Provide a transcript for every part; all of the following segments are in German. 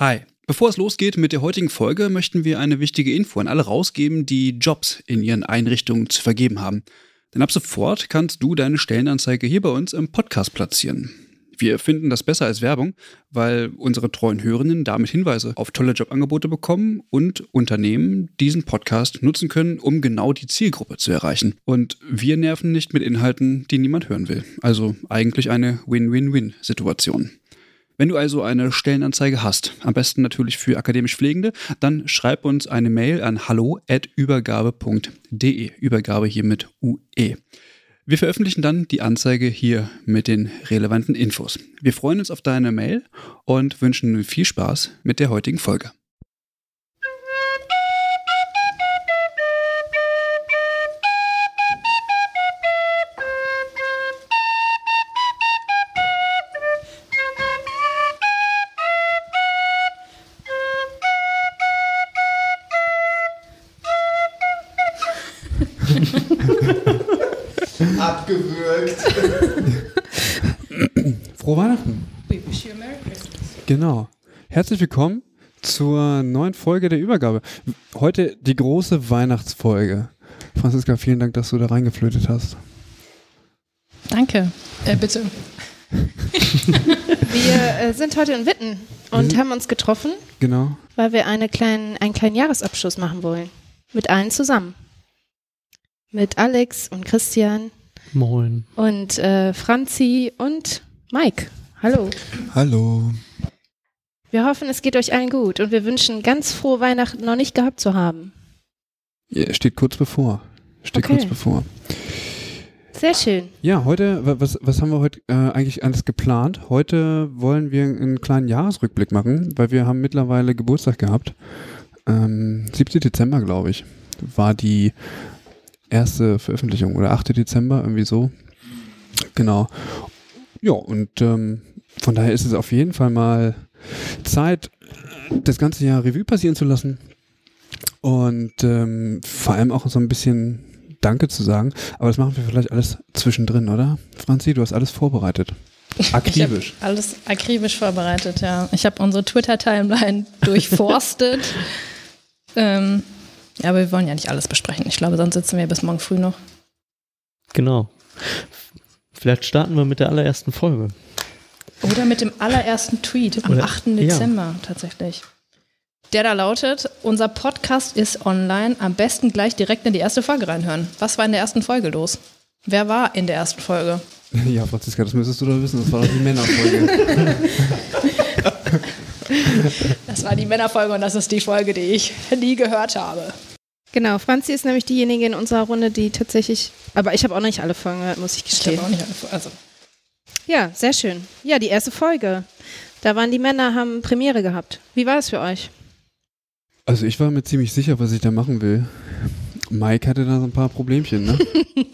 Hi. Bevor es losgeht mit der heutigen Folge, möchten wir eine wichtige Info an alle rausgeben, die Jobs in ihren Einrichtungen zu vergeben haben. Denn ab sofort kannst du deine Stellenanzeige hier bei uns im Podcast platzieren. Wir finden das besser als Werbung, weil unsere treuen Hörerinnen damit Hinweise auf tolle Jobangebote bekommen und Unternehmen diesen Podcast nutzen können, um genau die Zielgruppe zu erreichen. Und wir nerven nicht mit Inhalten, die niemand hören will. Also eigentlich eine Win-Win-Win-Situation. Wenn du also eine Stellenanzeige hast, am besten natürlich für akademisch Pflegende, dann schreib uns eine Mail an hallo@übergabe.de. Übergabe hier mit UE. Wir veröffentlichen dann die Anzeige hier mit den relevanten Infos. Wir freuen uns auf deine Mail und wünschen viel Spaß mit der heutigen Folge. Abgewürgt. Frohe Weihnachten. We wish you a Merry Christmas. Genau. Herzlich willkommen zur neuen Folge der Übergabe. Heute die große Weihnachtsfolge. Franziska, vielen Dank, dass du da reingeflötet hast. Danke. Bitte. Wir sind heute in Witten und haben uns getroffen, Genau. weil wir einen kleinen Jahresabschluss machen wollen. Mit allen zusammen. Mit Alex und Christian. Moin. Und Franzi und Mike. Hallo. Hallo. Wir hoffen, es geht euch allen gut und wir wünschen ganz frohe Weihnachten noch nicht gehabt zu haben. Ja, steht kurz bevor. Sehr schön. Ja, heute, was haben wir heute eigentlich alles geplant? Heute wollen wir einen kleinen Jahresrückblick machen, weil wir haben mittlerweile Geburtstag gehabt. 7. Dezember, glaube ich, war die erste Veröffentlichung oder 8. Dezember, irgendwie so. Genau. Ja, und von daher ist es auf jeden Fall mal Zeit, das ganze Jahr Revue passieren zu lassen und vor allem auch so ein bisschen Danke zu sagen. Aber das machen wir vielleicht alles zwischendrin, oder? Franzi, du hast alles vorbereitet. Akribisch. Ich habe alles akribisch vorbereitet, ja. Ich habe unsere Twitter-Timeline durchforstet. Ja, aber wir wollen ja nicht alles besprechen. Ich glaube, sonst sitzen wir bis morgen früh noch. Genau. Vielleicht starten wir mit der allerersten Folge. Oder mit dem allerersten Tweet am 8. Dezember tatsächlich. Der da lautet, unser Podcast ist online, am besten gleich direkt in die erste Folge reinhören. Was war in der ersten Folge los? Wer war in der ersten Folge? Ja, Franziska, das müsstest du doch wissen, das war doch die Männerfolge. Das war die Männerfolge und das ist die Folge, die ich nie gehört habe. Genau, Franzi ist nämlich diejenige in unserer Runde, die tatsächlich, aber ich habe auch nicht alle Folgen gehört, muss ich Ich gestehen. habe auch nicht alle Folgen. Also. Ja, sehr schön. Ja, die erste Folge. Da waren die Männer, haben Premiere gehabt. Wie war das für euch? Also ich war mir ziemlich sicher, was ich da machen will. Mike hatte da so ein paar Problemchen, ne?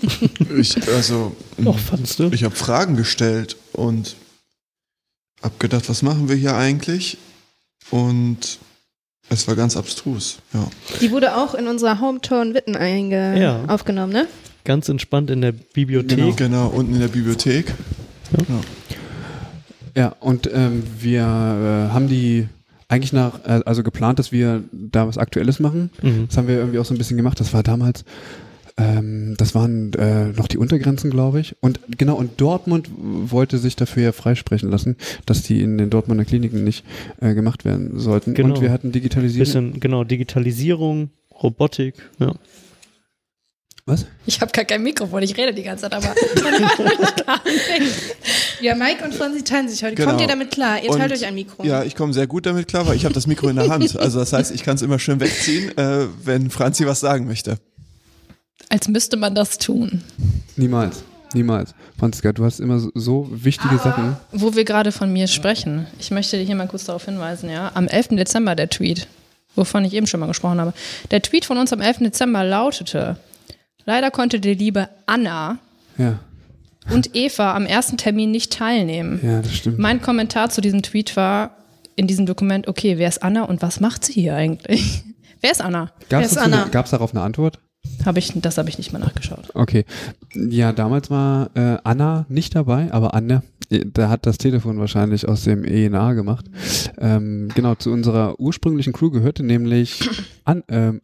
Fandst du? Ich habe Fragen gestellt und hab gedacht, was machen wir hier eigentlich? Und es war ganz abstrus, ja. Die wurde auch in unserer Hometown Witten aufgenommen, ne? Ganz entspannt in der Bibliothek. Genau, unten in der Bibliothek. Ja. Ja, und wir haben die eigentlich geplant, dass wir da was Aktuelles machen. Mhm. Das haben wir irgendwie auch so ein bisschen gemacht. Das war damals, das waren noch die Untergrenzen, glaube ich. Und genau, und Dortmund wollte sich dafür ja freisprechen lassen, dass die in den Dortmunder Kliniken nicht gemacht werden sollten. Genau. Und wir hatten Digitalisierung. Digitalisierung, Robotik, ja. Was? Ich habe gar kein Mikrofon, ich rede die ganze Zeit, aber man hört mich gar nicht. Ja, Mike und Franzi teilen sich heute. Genau. Kommt ihr damit klar? Ihr teilt euch ein Mikro. Ja, ich komme sehr gut damit klar, weil ich habe das Mikro in der Hand. Also das heißt, ich kann es immer schön wegziehen, wenn Franzi was sagen möchte. Als müsste man das tun. Niemals. Franziska, du hast immer so wichtige Sachen. Wo wir gerade von mir sprechen, ich möchte hier mal kurz darauf hinweisen, ja, am 11. Dezember der Tweet, wovon ich eben schon mal gesprochen habe. Der Tweet von uns am 11. Dezember lautete: Leider konnte die liebe Anna und Eva am ersten Termin nicht teilnehmen. Ja, das stimmt. Mein Kommentar zu diesem Tweet war in diesem Dokument, okay, wer ist Anna und was macht sie hier eigentlich? Wer ist Anna? Gab es darauf eine Antwort? Das habe ich nicht mal nachgeschaut. Okay. Ja, damals war Anna nicht dabei, aber Anne, da hat das Telefon wahrscheinlich aus dem ENA gemacht. Genau, zu unserer ursprünglichen Crew gehörte nämlich Anna.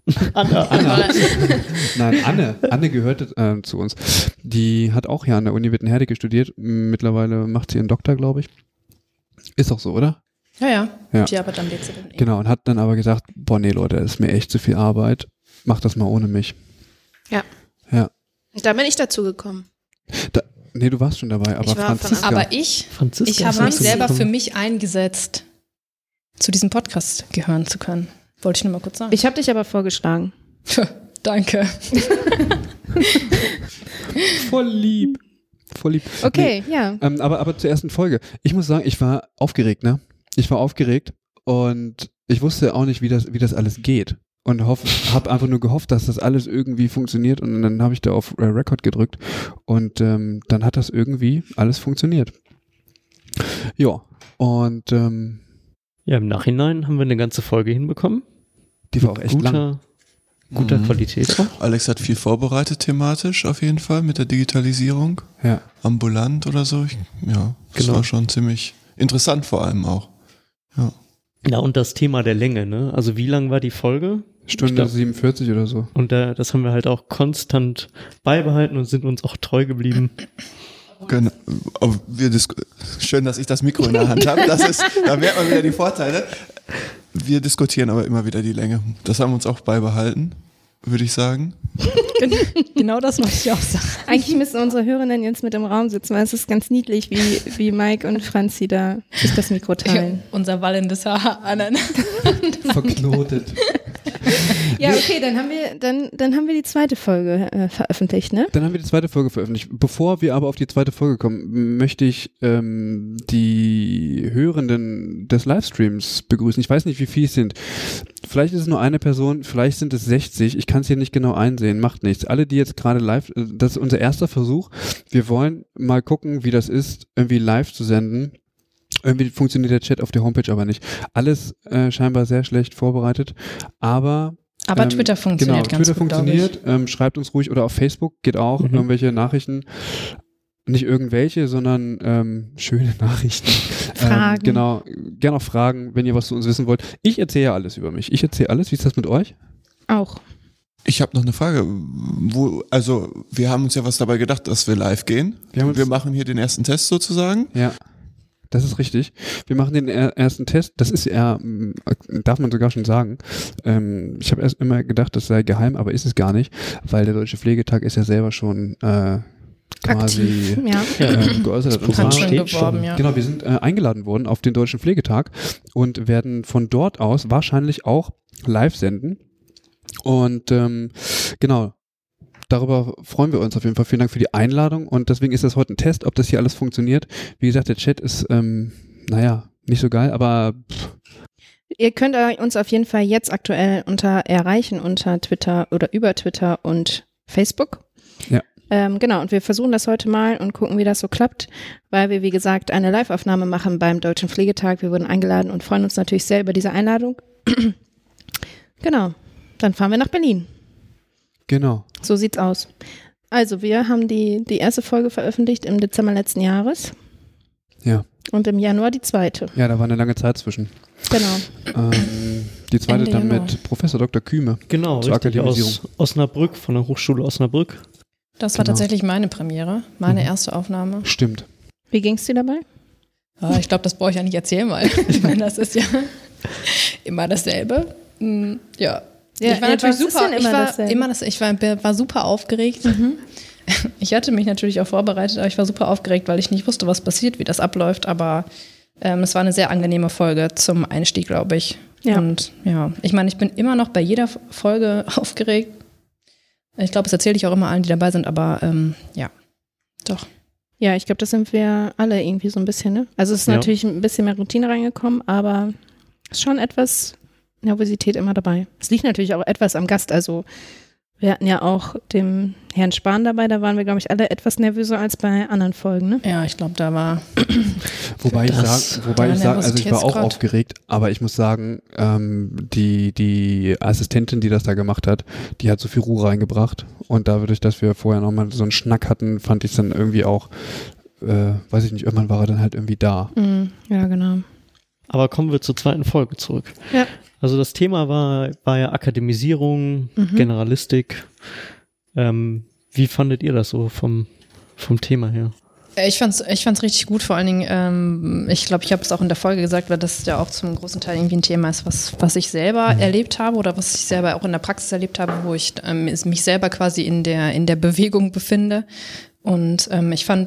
Nein, Anne gehörte zu uns. Die hat auch hier an der Uni Wittenherdecke studiert. Mittlerweile macht sie ihren Doktor, glaube ich. Ist doch so, oder? Ja. Ja. Die arbeitet am DZNE. Genau, und hat dann aber gesagt, boah, nee, Leute, das ist mir echt zu viel Arbeit. Macht das mal ohne mich. Ja. Ja. Und da bin ich dazu gekommen. Nee, du warst schon dabei, aber Ich war von Franziska. Aber ich habe mich selber für mich eingesetzt, zu diesem Podcast gehören zu können. Wollte ich nur mal kurz sagen. Ich habe dich aber vorgeschlagen. Danke. Voll lieb. Okay, ja. Aber zur ersten Folge. Ich muss sagen, ich war aufgeregt, ne? Ich war aufgeregt und ich wusste auch nicht, wie das alles geht. Und habe einfach nur gehofft, dass das alles irgendwie funktioniert. Und dann habe ich da auf Record gedrückt und dann hat das irgendwie alles funktioniert. Ja, und Ja, im Nachhinein haben wir eine ganze Folge hinbekommen. die war auch echt lang. Guter Qualität auch. Alex hat viel vorbereitet thematisch auf jeden Fall mit der Digitalisierung. Ja. Ambulant oder so. Das Genau. war schon ziemlich interessant vor allem auch. Ja. Ja, und das Thema der Länge, ne? Also wie lang war die Folge? Stunde Ich glaub- 47 oder so. Und das haben wir halt auch konstant beibehalten und sind uns auch treu geblieben. Genau. Aber schön, dass ich das Mikro in der Hand habe. Da merkt man wieder die Vorteile. Wir diskutieren aber immer wieder die Länge. Das haben wir uns auch beibehalten, würde ich sagen. Genau das wollte ich auch sagen. Eigentlich müssen unsere Hörerinnen jetzt mit im Raum sitzen, weil es ist ganz niedlich, wie Mike und Franzi da sich das Mikro teilen. Unser wallendes Haar aneinander. Verknotet. Ja, okay, dann haben wir die zweite Folge veröffentlicht, ne? Dann haben wir die zweite Folge veröffentlicht. Bevor wir aber auf die zweite Folge kommen, möchte ich die Hörenden des Livestreams begrüßen. Ich weiß nicht, wie viele es sind. Vielleicht ist es nur eine Person, vielleicht sind es 60. Ich kann es hier nicht genau einsehen, macht nichts. Alle, die jetzt gerade live, das ist unser erster Versuch. Wir wollen mal gucken, wie das ist, irgendwie live zu senden. Irgendwie funktioniert der Chat auf der Homepage aber nicht. Alles scheinbar sehr schlecht vorbereitet, aber Twitter funktioniert genau, ganz Twitter gut, funktioniert. Schreibt uns ruhig oder auf Facebook geht auch irgendwelche Nachrichten. Nicht irgendwelche, sondern schöne Nachrichten. Fragen. Genau, gerne auch Fragen, wenn ihr was zu uns wissen wollt. Ich erzähle ja alles über mich. Ich erzähle alles. Wie ist das mit euch? Auch. Ich habe noch eine Frage. Wir haben uns ja was dabei gedacht, dass wir live gehen. Wir machen hier den ersten Test sozusagen. Ja. Das ist richtig. Wir machen den ersten Test. Das ist darf man sogar schon sagen. Ich habe erst immer gedacht, das sei geheim, aber ist es gar nicht, weil der Deutsche Pflegetag ist ja selber schon quasi geäußert hat. Und Hat zwar schon steht geworben, schon. ja. Genau, wir sind eingeladen worden auf den Deutschen Pflegetag und werden von dort aus wahrscheinlich auch live senden. Und genau, darüber freuen wir uns auf jeden Fall. Vielen Dank für die Einladung und deswegen ist das heute ein Test, ob das hier alles funktioniert. Wie gesagt, der Chat ist, nicht so geil, aber Ihr könnt uns auf jeden Fall jetzt aktuell erreichen unter Twitter oder über Twitter und Facebook. Ja. Genau, und wir versuchen das heute mal und gucken, wie das so klappt, weil wir, wie gesagt, eine Live-Aufnahme machen beim Deutschen Pflegetag. Wir wurden eingeladen und freuen uns natürlich sehr über diese Einladung. Genau, dann fahren wir nach Berlin. genau. So sieht's aus. Also, wir haben die erste Folge veröffentlicht im Dezember letzten Jahres Ja. und im Januar die zweite. Ja, da war eine lange Zeit zwischen. Genau. Die zweite Ende dann Januar. mit Professor Dr. Kühme. Genau, Zur richtig, Akademisierung. aus Osnabrück, von der Hochschule Osnabrück. Das war Genau. tatsächlich meine Premiere, meine erste Aufnahme. Stimmt. Wie ging's dir dabei? Ich glaube, das brauche ich ja nicht erzählen, weil ich meine, das ist ja immer dasselbe. Ja. Ja, Ich war natürlich was ist super. denn immer dasselbe? Ich war super aufgeregt. Ich hatte mich natürlich auch vorbereitet, aber ich war super aufgeregt, weil ich nicht wusste, was passiert, wie das abläuft. Aber es war eine sehr angenehme Folge zum Einstieg, glaube ich. Ja. Und ja, ich meine, ich bin immer noch bei jeder Folge aufgeregt. Ich glaube, das erzähle ich auch immer allen, die dabei sind, aber ja, doch. Ja, ich glaube, das sind wir alle irgendwie so ein bisschen, ne? Also es ist Ja. natürlich ein bisschen mehr Routine reingekommen, aber es ist schon etwas Nervosität immer dabei. Es liegt natürlich auch etwas am Gast, also Wir hatten ja auch dem Herrn Spahn dabei, da waren wir, glaube ich, alle etwas nervöser als bei anderen Folgen, ne? Ja, ich glaube, da war Wobei ich sage, also ich war auch Nervositätsgrad. aufgeregt, aber ich muss sagen, die Assistentin, die das da gemacht hat, die hat so viel Ruhe reingebracht und dadurch, dass wir vorher nochmal so einen Schnack hatten, fand ich es dann irgendwie auch, weiß ich nicht, irgendwann war er dann halt irgendwie da. Ja, genau. Aber kommen wir zur zweiten Folge zurück. Ja. Also das Thema war ja Akademisierung, Generalistik. Wie fandet ihr das so vom Thema her? Ich fand's richtig gut, vor allen Dingen, ich glaube, ich habe es auch in der Folge gesagt, weil das ja auch zum großen Teil irgendwie ein Thema ist, was ich selber erlebt habe oder was ich selber auch in der Praxis erlebt habe, wo ich mich selber quasi in der Bewegung befinde. Und ich fand,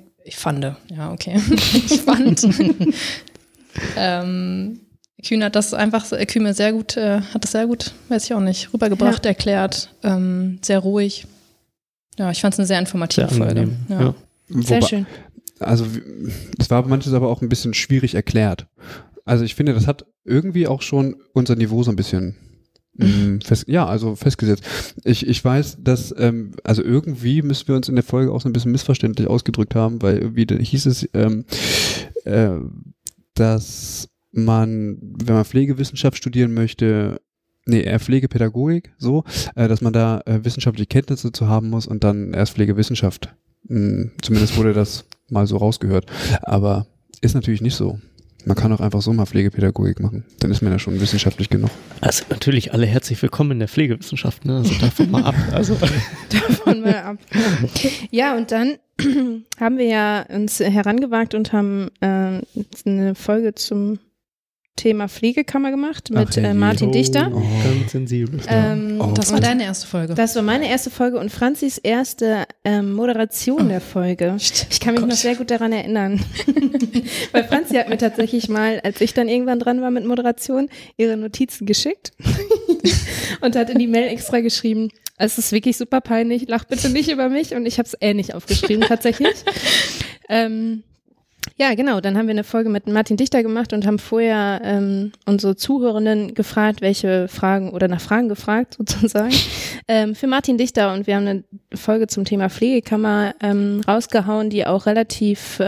Kühn hat das sehr gut, weiß ich auch nicht, rübergebracht, erklärt, sehr ruhig. Ja, ich fand es eine sehr informative Sehr Folge. angenehm, Ja. Sehr schön. Also es war manches aber auch ein bisschen schwierig erklärt. Also ich finde, das hat irgendwie auch schon unser Niveau so ein bisschen festgesetzt. Ich weiß, dass, also irgendwie müssen wir uns in der Folge auch so ein bisschen missverständlich ausgedrückt haben, weil irgendwie da hieß es, dass man, wenn man Pflegewissenschaft studieren möchte, Pflegepädagogik, so, dass man da wissenschaftliche Kenntnisse zu haben muss und dann erst Pflegewissenschaft. Zumindest wurde das mal so rausgehört. Aber ist natürlich nicht so. Man kann auch einfach so mal Pflegepädagogik machen. Dann ist man ja schon wissenschaftlich genug. Also natürlich alle herzlich willkommen in der Pflegewissenschaft, ne? Also davon mal ab. Also. Davon mal ab. Ja, und dann haben wir ja uns herangewagt und haben eine Folge zum Thema Pflegekammer gemacht mit Martin Dichter. Ganz sensibel. Das war deine erste Folge. Das war meine erste Folge und Franzis erste Moderation der Folge. Ich kann mich noch sehr gut daran erinnern. Weil Franzi hat mir tatsächlich mal, als ich dann irgendwann dran war mit Moderation, ihre Notizen geschickt und hat in die Mail extra geschrieben, es ist wirklich super peinlich, lach bitte nicht über mich, und ich habe es nicht aufgeschrieben tatsächlich. Ja, genau, dann haben wir eine Folge mit Martin Dichter gemacht und haben vorher unsere Zuhörenden gefragt, nach Fragen gefragt sozusagen, für Martin Dichter, und wir haben eine Folge zum Thema Pflegekammer rausgehauen, die auch relativ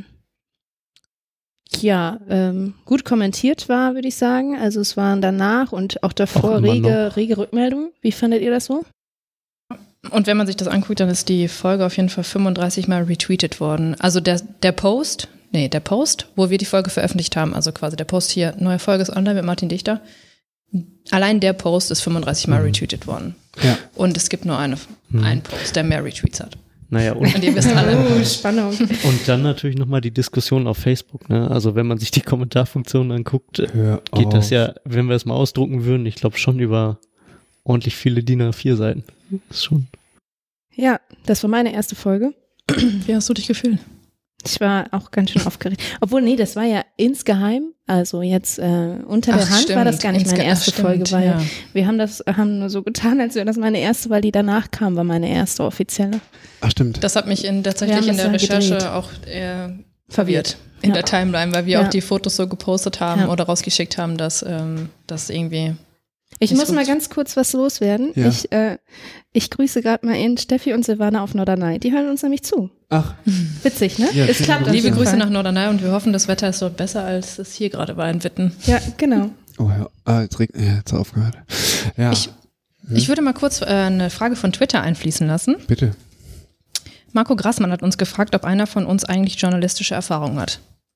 gut kommentiert war, würde ich sagen. Also es waren danach und auch davor auch rege Rückmeldungen. Wie fandet ihr das so? Und wenn man sich das anguckt, dann ist die Folge auf jeden Fall 35 Mal retweetet worden. Also der Post, wo wir die Folge veröffentlicht haben, also quasi der Post hier, neue Folge ist online mit Martin Dichter. Allein der Post ist 35 Mal retweetet worden. Ja. Und es gibt nur einen Post, der mehr Retweets hat. Naja, und ihr wisst alle. Spannung. Und dann natürlich nochmal die Diskussion auf Facebook, ne? Also wenn man sich die Kommentarfunktion anguckt, geht das ja, wenn wir es mal ausdrucken würden, ich glaube schon über ordentlich viele DIN A4-Seiten. Das ist schon. Ja, das war meine erste Folge. Wie hast du dich gefühlt? Ich war auch ganz schön aufgeregt. Obwohl, das war ja insgeheim, also jetzt unter der Hand war das gar nicht meine erste Folge, weil wir haben nur so getan, als wäre das meine erste, weil die danach kam, war meine erste offizielle. Ach, stimmt. Das hat mich tatsächlich in der Recherche gedreht. auch verwirrt in der Timeline, weil wir auch die Fotos so gepostet haben oder rausgeschickt haben, dass das irgendwie. Ich muss mal ganz kurz was loswerden. Ja. Ich grüße gerade mal Steffi und Silvana auf Norderney. Die hören uns nämlich zu. Ach. Witzig, ne? Ja, es klappt. Liebe Grüße nach Norderney, und wir hoffen, das Wetter ist dort besser, als es hier gerade war in Witten. Ja, genau. Oh ja, jetzt regnet, ja, jetzt aufgehört. Ja. Ich würde mal kurz eine Frage von Twitter einfließen lassen. Bitte. Marco Grassmann hat uns gefragt, ob einer von uns eigentlich journalistische Erfahrung hat.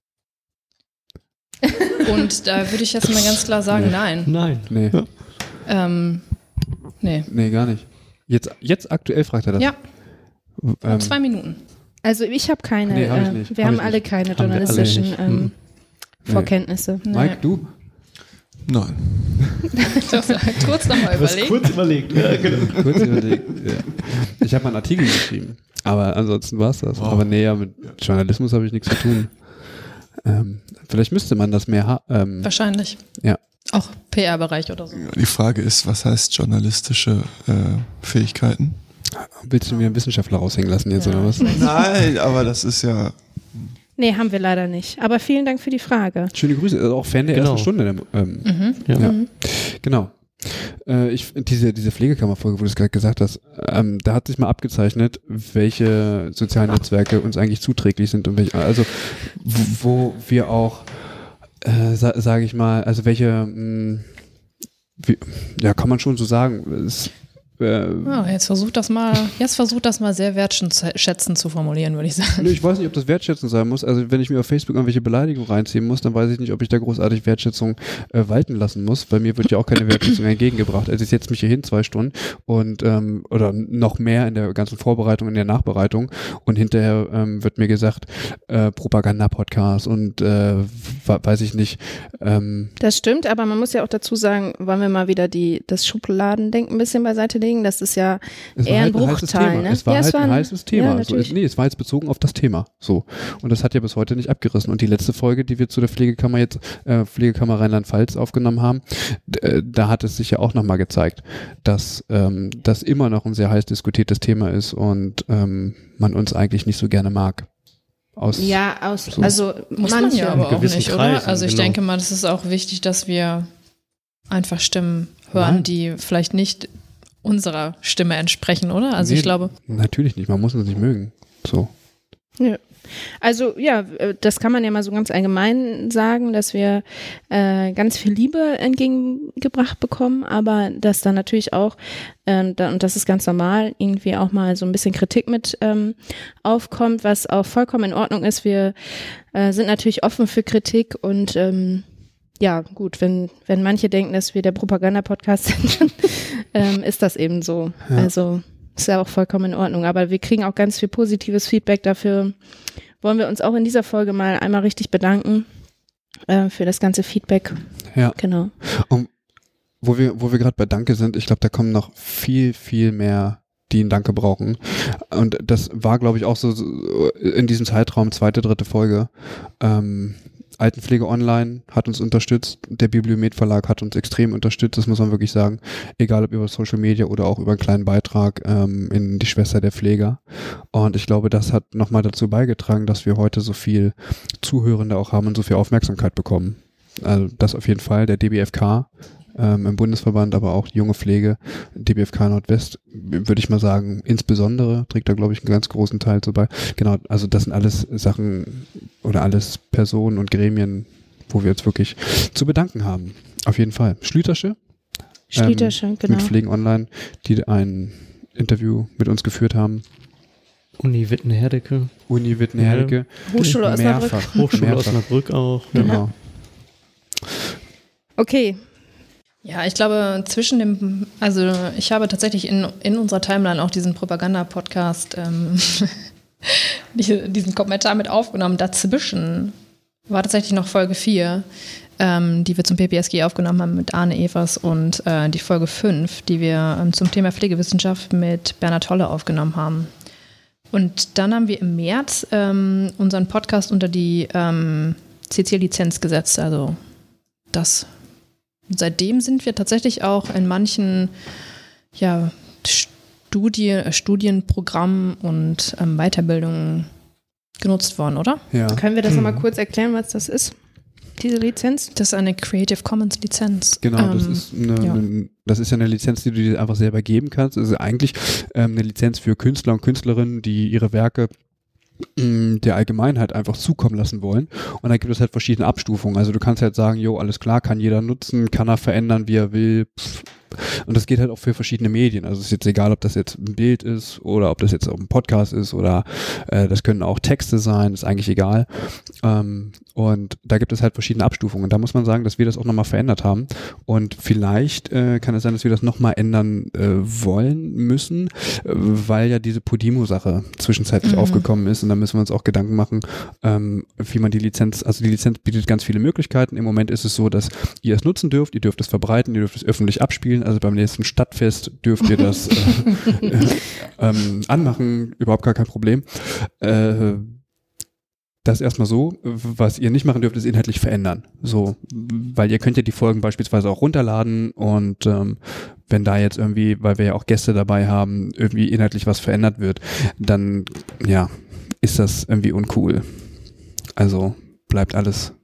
Und da würde ich jetzt mal ganz klar sagen, nein. Nein. Nee. Nee. Nee, gar nicht. Jetzt aktuell fragt er das. Ja. 2 Minuten. Also ich habe keine, Nee, hab ich nicht. wir Hab haben ich alle nicht. keine Haben wir alle journalistischen nicht. Vorkenntnisse. Mike, du? Nein. Kurz nochmal überlegen. Kurz überlegt. Ja, genau. Kurz überlegt. Ja. Ich habe mal einen Artikel geschrieben, aber ansonsten war es das. Aber nee, mit Journalismus habe ich nichts zu tun. Vielleicht müsste man das mehr haben. Wahrscheinlich. Ja. Auch PR-Bereich oder so. Die Frage ist, was heißt journalistische Fähigkeiten? Willst du mir einen Wissenschaftler raushängen lassen jetzt, oder was? Nein, aber das ist ja... Nee, haben wir leider nicht. Aber vielen Dank für die Frage. Schöne Grüße, also auch Fan der ersten Stunde. Ja. Ja. Genau. diese Pflegekammerfolge, wo du es gerade gesagt hast, da hat sich mal abgezeichnet, welche sozialen Netzwerke uns eigentlich zuträglich sind und welche, also wo wir auch, sage ich mal, also welche, ja, kann man schon so sagen, jetzt versucht das mal sehr wertschätzend zu formulieren, würde ich sagen. Ich weiß nicht, ob das wertschätzend sein muss. Also wenn ich mir auf Facebook irgendwelche Beleidigungen reinziehen muss, dann weiß ich nicht, ob ich da großartig Wertschätzung walten lassen muss. Bei mir wird ja auch keine Wertschätzung entgegengebracht. Also ich setze mich hier hin 2 Stunden und oder noch mehr in der ganzen Vorbereitung, in der Nachbereitung und hinterher wird mir gesagt, Propaganda-Podcast und weiß ich nicht. Das stimmt, aber man muss ja auch dazu sagen, wollen wir mal wieder das Schubladendenken ein bisschen beiseite legen? Das ist ja eher ein Bruchteil. Ne? Es war halt ein heißes Thema. Ja, es war jetzt bezogen auf das Thema. So. Und das hat ja bis heute nicht abgerissen. Und die letzte Folge, die wir zu der Pflegekammer Pflegekammer Rheinland-Pfalz aufgenommen haben, da hat es sich ja auch nochmal gezeigt, dass das immer noch ein sehr heiß diskutiertes Thema ist und man uns eigentlich nicht so gerne mag. Also muss man ja aber auch nicht, Kreisen, oder? Also ich denke mal, das ist auch wichtig, dass wir einfach Stimmen hören, die vielleicht nicht unserer Stimme entsprechen, oder? Also ich glaube. Natürlich nicht, man muss uns nicht mögen. So. Ja. Also ja, das kann man ja mal so ganz allgemein sagen, dass wir ganz viel Liebe entgegengebracht bekommen, aber dass da natürlich auch, und das ist ganz normal, irgendwie auch mal so ein bisschen Kritik mit aufkommt, was auch vollkommen in Ordnung ist. Wir sind natürlich offen für Kritik und ja, gut, wenn manche denken, dass wir der Propaganda-Podcast sind, ist das eben so. Ja. Also ist ja auch vollkommen in Ordnung. Aber wir kriegen auch ganz viel positives Feedback dafür. Wollen wir uns auch in dieser Folge mal einmal richtig bedanken für das ganze Feedback. Ja. Genau. Und wo wir gerade bei Danke sind, ich glaube, da kommen noch viel, viel mehr, die ein Danke brauchen. Und das war, glaube ich, auch so in diesem Zeitraum 2., 3. Folge. Altenpflege Online hat uns unterstützt, der Bibliomet Verlag hat uns extrem unterstützt, das muss man wirklich sagen, egal ob über Social Media oder auch über einen kleinen Beitrag in die Schwester der Pfleger. Und ich glaube, das hat nochmal dazu beigetragen, dass wir heute so viel Zuhörende auch haben und so viel Aufmerksamkeit bekommen. Also das auf jeden Fall, der DBFK im Bundesverband, aber auch die junge Pflege, DBFK Nordwest, würde ich mal sagen, insbesondere trägt da, glaube ich, einen ganz großen Teil zu bei. Genau, also das sind alles Sachen oder alles Personen und Gremien, wo wir uns wirklich zu bedanken haben. Auf jeden Fall. Schlütersche, genau. Mit Pflegen Online, die ein Interview mit uns geführt haben. Uni Witten-Herdecke. Hochschule Osnabrück. Hochschule Osnabrück auch. Genau. Okay. Ja, ich glaube, ich habe tatsächlich in unserer Timeline auch diesen Propaganda-Podcast, diesen Kommentar mit aufgenommen. Dazwischen war tatsächlich noch Folge 4, die wir zum PPSG aufgenommen haben mit Arne Evers und die Folge 5, die wir zum Thema Pflegewissenschaft mit Bernhard Holle aufgenommen haben. Und dann haben wir im März unseren Podcast unter die CC-Lizenz gesetzt, also das. Und seitdem sind wir tatsächlich auch in manchen Studienprogrammen und Weiterbildungen genutzt worden, oder? Ja. Können wir das nochmal kurz erklären, was das ist, diese Lizenz? Das ist eine Creative Commons Lizenz. Genau, das ist ja eine Lizenz, die du dir einfach selber geben kannst. Das ist eigentlich eine Lizenz für Künstler und Künstlerinnen, die ihre Werke der Allgemeinheit einfach zukommen lassen wollen. Und da gibt es halt verschiedene Abstufungen. Also du kannst halt sagen, jo, alles klar, kann jeder nutzen, kann er verändern, wie er will. Und das geht halt auch für verschiedene Medien. Also es ist jetzt egal, ob das jetzt ein Bild ist oder ob das jetzt auch ein Podcast ist oder das können auch Texte sein, ist eigentlich egal. Und da gibt es halt verschiedene Abstufungen. Und da muss man sagen, dass wir das auch nochmal verändert haben. Und vielleicht kann es sein, dass wir das nochmal ändern wollen müssen, weil ja diese Podimo-Sache zwischenzeitlich aufgekommen ist. Und da müssen wir uns auch Gedanken machen, wie man die Lizenz bietet ganz viele Möglichkeiten. Im Moment ist es so, dass ihr es nutzen dürft, ihr dürft es verbreiten, ihr dürft es öffentlich abspielen. Also beim nächsten Stadtfest dürft ihr das anmachen, überhaupt gar kein Problem. Das erstmal so, was ihr nicht machen dürft, ist inhaltlich verändern. So, weil ihr könnt ja die Folgen beispielsweise auch runterladen und wenn da jetzt irgendwie, weil wir ja auch Gäste dabei haben, irgendwie inhaltlich was verändert wird, dann ja, ist das irgendwie uncool. Also bleibt alles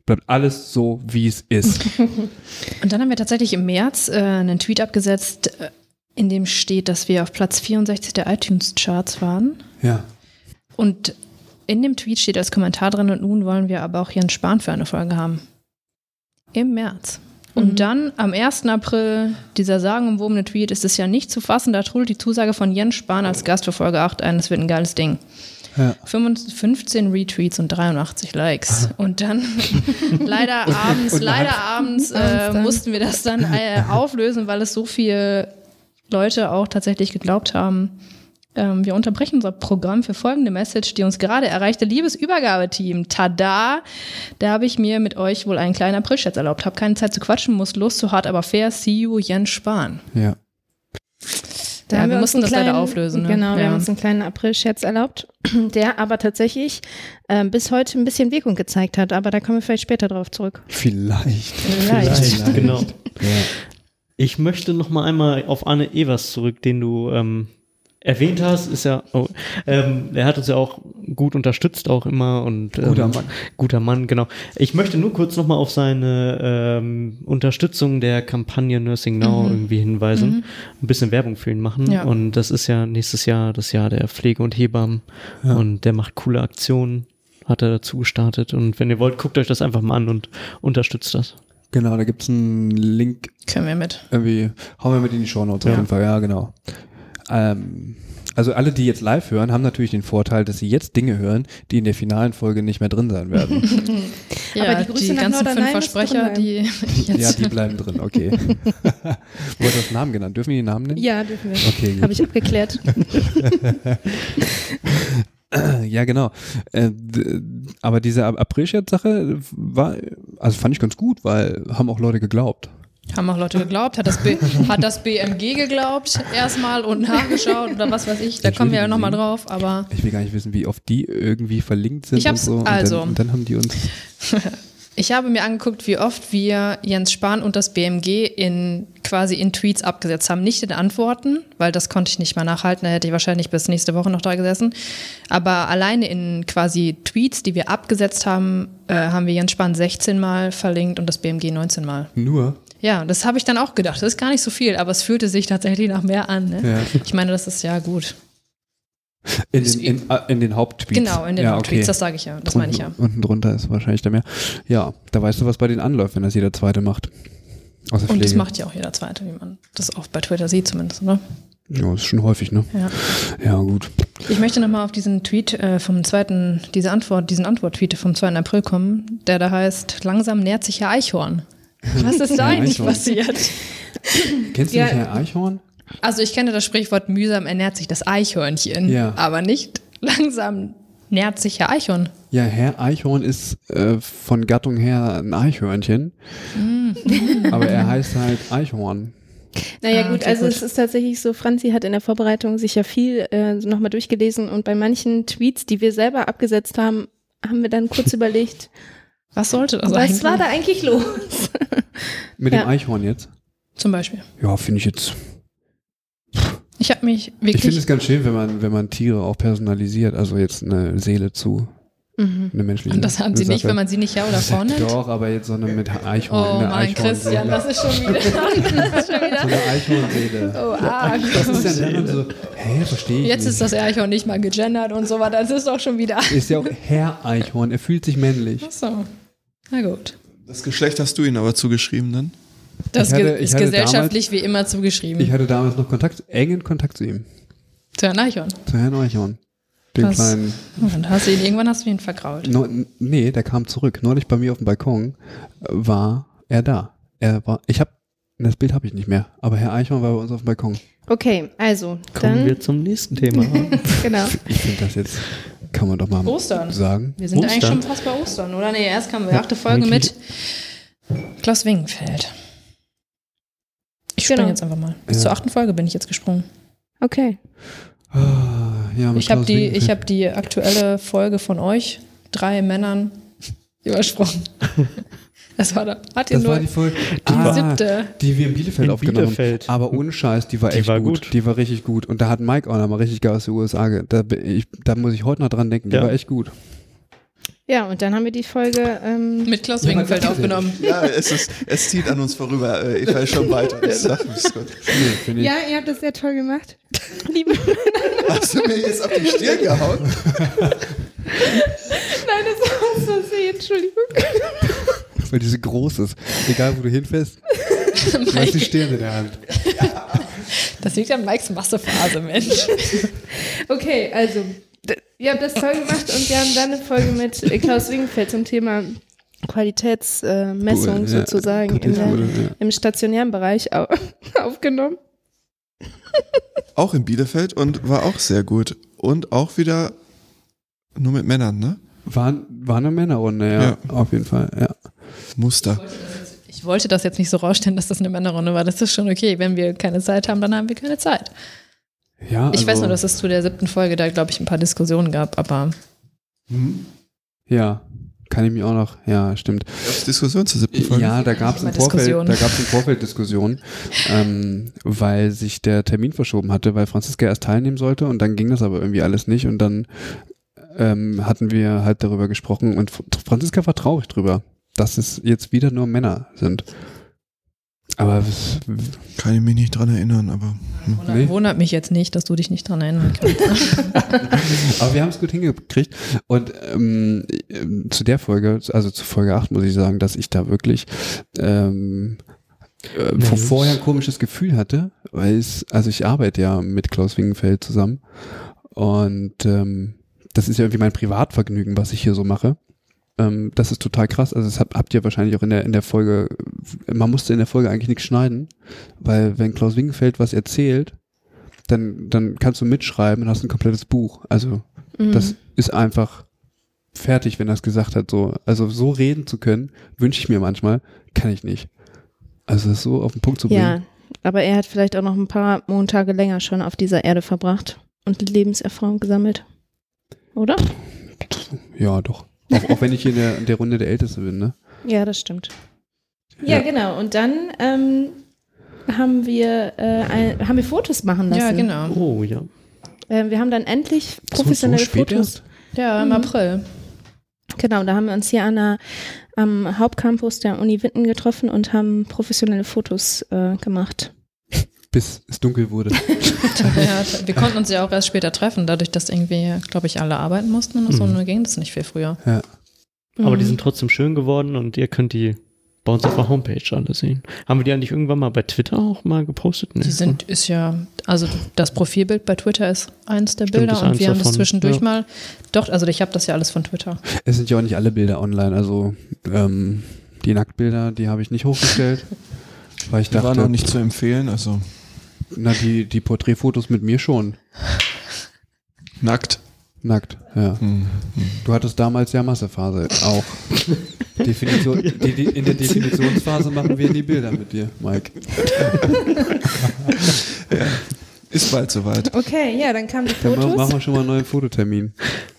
Bleibt alles so, wie es ist. Und dann haben wir tatsächlich im März einen Tweet abgesetzt, in dem steht, dass wir auf Platz 64 der iTunes-Charts waren. Ja. Und in dem Tweet steht als Kommentar drin, und nun wollen wir aber auch Jens Spahn für eine Folge haben. Im März. Und dann am 1. April, dieser sagenumwobene Tweet, ist es ja nicht zu fassen, da trudelt die Zusage von Jens Spahn als Gast für Folge 8 ein, das wird ein geiles Ding. Ja. 15 Retweets und 83 Likes. Und dann leider abends mussten wir das dann auflösen, weil es so viele Leute auch tatsächlich geglaubt haben. Wir unterbrechen unser Programm für folgende Message, die uns gerade erreichte. Liebes Übergabeteam, tada! Da habe ich mir mit euch wohl einen kleinen Aprilscherz erlaubt. Habe keine Zeit zu quatschen, muss los, zu hart, aber fair. See you, Jens Spahn. Ja. Ja, wir mussten das leider auflösen. Ne? Genau, wir haben uns einen kleinen Aprilscherz erlaubt, der aber tatsächlich bis heute ein bisschen Wirkung gezeigt hat. Aber da kommen wir vielleicht später drauf zurück. Vielleicht, genau. Ja. Ich möchte noch mal einmal auf Arne Evers zurück, den du erwähnt hast, ist ja, er hat uns ja auch gut unterstützt, auch immer, und guter Mann, genau. Ich möchte nur kurz nochmal auf seine Unterstützung der Kampagne Nursing Now irgendwie hinweisen, ein bisschen Werbung für ihn machen, und das ist ja nächstes Jahr das Jahr der Pflege und Hebammen, und der macht coole Aktionen, hat er dazu gestartet, und wenn ihr wollt, guckt euch das einfach mal an und unterstützt das. Genau, da gibt's einen Link. Können wir mit. Irgendwie, hauen wir mit in die Shownotes auf jeden Fall, ja, genau. Also alle, die jetzt live hören, haben natürlich den Vorteil, dass sie jetzt Dinge hören, die in der finalen Folge nicht mehr drin sein werden. Ja, aber die ganzen 5 Versprecher, die jetzt... Ja, die bleiben drin, okay. Wurde das Namen genannt? Dürfen wir die Namen nennen? Ja, dürfen wir. Okay, gut. Habe ich abgeklärt. Ja, genau. Aber diese Aprilscherz-Sache fand ich ganz gut, weil haben auch Leute geglaubt. Haben auch Leute geglaubt, hat das BMG geglaubt erstmal und nachgeschaut oder was weiß ich, da kommen wir ja nochmal drauf, aber... Ich will gar nicht wissen, wie oft die irgendwie verlinkt sind und so. Und dann haben die uns... Ich habe mir angeguckt, wie oft wir Jens Spahn und das BMG quasi in Tweets abgesetzt haben. Nicht in Antworten, weil das konnte ich nicht mal nachhalten, da hätte ich wahrscheinlich bis nächste Woche noch da gesessen. Aber alleine in quasi Tweets, die wir abgesetzt haben, haben wir Jens Spahn 16 Mal verlinkt und das BMG 19 Mal. Nur? Ja, das habe ich dann auch gedacht. Das ist gar nicht so viel, aber es fühlte sich tatsächlich nach mehr an. Ne? Ja. Ich meine, das ist ja gut. In den Haupttweets. Genau, in den Haupttweets, okay. Das sage ich ja, das meine ich ja. Unten drunter ist wahrscheinlich der mehr. Ja, da weißt du, was bei denen anläuft, wenn das jeder Zweite macht. Und das macht ja auch jeder Zweite, wie man das oft bei Twitter sieht zumindest, oder? Ja, ist schon häufig, ne? Ja, gut. Ich möchte nochmal auf diesen Tweet diesen Antwort-Tweet vom 2. April kommen, der da heißt, langsam nähert sich Herr Eichhorn. Was ist da eigentlich passiert? Kennst du nicht Herr Eichhorn? Also ich kenne das Sprichwort, mühsam ernährt sich das Eichhörnchen, aber nicht langsam nährt sich Herr Eichhorn. Ja, Herr Eichhorn ist von Gattung her ein Eichhörnchen, aber er heißt halt Eichhorn. Naja gut, also es ist tatsächlich so, Franzi hat in der Vorbereitung sich ja viel nochmal durchgelesen und bei manchen Tweets, die wir selber abgesetzt haben, haben wir dann kurz überlegt, was sollte das eigentlich? Was war da eigentlich los? Mit dem Eichhorn jetzt? Zum Beispiel. Ja, finde ich jetzt... Ich finde es ganz schön, wenn man Tiere auch personalisiert, also jetzt eine Seele zu eine menschliche. Und das haben sie nicht, wenn man sie nicht ja oder vorne nennt? Doch, aber jetzt so eine mit Eichhorn. Oh mein Christian, das ist schon wieder. So eine Eichhornseele. Oh, arg. Das ist ja dann so, verstehe ich jetzt nicht. ist das Eichhorn nicht mal gegendert und so weiter, das ist doch schon wieder. Ist ja auch Herr Eichhorn, er fühlt sich männlich. Ach so, na gut. Das Geschlecht hast du ihm aber zugeschrieben dann? Das ist gesellschaftlich damals, wie immer zugeschrieben. Ich hatte damals noch engen Kontakt zu ihm. Zu Herrn Eichhorn? Zu Herrn Eichhorn. Den kleinen. Und irgendwann hast du ihn vergrault. Nee, der kam zurück. Neulich bei mir auf dem Balkon war er da. Das Bild habe ich nicht mehr, aber Herr Eichhorn war bei uns auf dem Balkon. Okay, also kommen wir zum nächsten Thema. Genau. Ich finde das jetzt, kann man doch mal sagen. Wir sind eigentlich schon fast bei Ostern, oder? Nee, erst kamen wir 8. Folge mit Klaus Wingenfeld. Ich springe jetzt einfach mal. Bis zur 8. Folge bin ich jetzt gesprungen. Okay. Ja, ich habe die aktuelle Folge von euch, 3 Männern, übersprungen. Das war die Folge. Die 7. Die wir in Bielefeld aufgenommen haben. Aber ohne Scheiß, die war echt gut. Die war richtig gut. Und da hat Mike auch nochmal richtig geil aus den USA. Da muss ich heute noch dran denken. Die war echt gut. Ja, und dann haben wir die Folge mit Klaus Wingenfeld aufgenommen. Ja, es zieht an uns vorüber. Eva ist schon weiter. Ja, ihr habt das sehr toll gemacht. Liebe. Hast du mir jetzt auf die Stirn gehauen? Nein, das war aus Versehen, Entschuldigung. Weil diese groß ist. Egal, wo du hinfährst, du hast die Stirn in der Hand. Das liegt an Mikes Massephase, Mensch. Okay, also, ihr habt das toll gemacht und wir haben dann eine Folge mit Klaus Wingenfeld zum Thema Qualitätsmessung sozusagen im stationären Bereich aufgenommen. Auch in Bielefeld und war auch sehr gut. Und auch wieder nur mit Männern, ne? War eine Männerrunde, ja, auf jeden Fall, ja. Muster. Ich wollte das jetzt nicht so rausstellen, dass das eine Männerrunde war. Das ist schon okay. Wenn wir keine Zeit haben, dann haben wir keine Zeit. Ja, ich weiß nur, dass es zu der 7. Folge da, glaube ich, ein paar Diskussionen gab, aber. Ja, kann ich mich auch noch, ja, stimmt. Gab es Diskussionen zur 7. Folge? Ja, da gab es im Vorfeld Diskussionen, weil sich der Termin verschoben hatte, weil Franziska erst teilnehmen sollte und dann ging das aber irgendwie alles nicht und dann hatten wir halt darüber gesprochen und Franziska war traurig drüber, dass es jetzt wieder nur Männer sind. Aber kann ich mich nicht dran erinnern, aber wundert mich jetzt nicht, dass du dich nicht dran erinnern kannst. Aber wir haben es gut hingekriegt und zu der Folge, also zu Folge 8 muss ich sagen, dass ich da wirklich vorher ein komisches Gefühl hatte, weil ich arbeite ja mit Klaus Wingenfeld zusammen und das ist ja irgendwie mein Privatvergnügen, was ich hier so mache. Das ist total krass. Also das habt ihr wahrscheinlich auch in der Folge, man musste in der Folge eigentlich nichts schneiden, weil wenn Klaus Wingenfeld was erzählt, dann kannst du mitschreiben und hast ein komplettes Buch. Also das ist einfach fertig, wenn er es gesagt hat. So. Also so reden zu können, wünsche ich mir manchmal, kann ich nicht. Also das so auf den Punkt zu bringen. Ja, aber er hat vielleicht auch noch ein paar Montage länger schon auf dieser Erde verbracht und Lebenserfahrung gesammelt. Oder? Ja, doch. Auch wenn ich hier in der Runde der Älteste bin, ne? Ja, das stimmt. Ja, genau. Und dann haben wir Fotos machen lassen. Ja, genau. Oh, ja. Wir haben dann endlich professionelle Fotos. Erst? Ja, im April. Genau, da haben wir uns hier am Hauptcampus der Uni Witten getroffen und haben professionelle Fotos gemacht. Bis es dunkel wurde. Ja, wir konnten uns ja auch erst später treffen, dadurch, dass irgendwie, glaube ich, alle arbeiten mussten und so, und ging das nicht viel früher. Ja. Aber die sind trotzdem schön geworden und ihr könnt die bei uns auf der Homepage alle sehen. Haben wir die eigentlich irgendwann mal bei Twitter auch mal gepostet? Nee. Also das Profilbild bei Twitter ist eins der Bilder und wir haben das zwischendurch mal. Doch, also ich habe das ja alles von Twitter. Es sind ja auch nicht alle Bilder online, also die Nacktbilder, die habe ich nicht hochgestellt, weil ich dachte, waren auch nicht zu empfehlen, also. Na, die Porträtfotos mit mir schon. Nackt, ja. Du hattest damals ja Massephase auch. In der Definitionsphase machen wir die Bilder mit dir, Mike. Ja, ist bald soweit. Okay, ja, dann kamen die Fotos. Dann machen wir schon mal einen neuen Fototermin.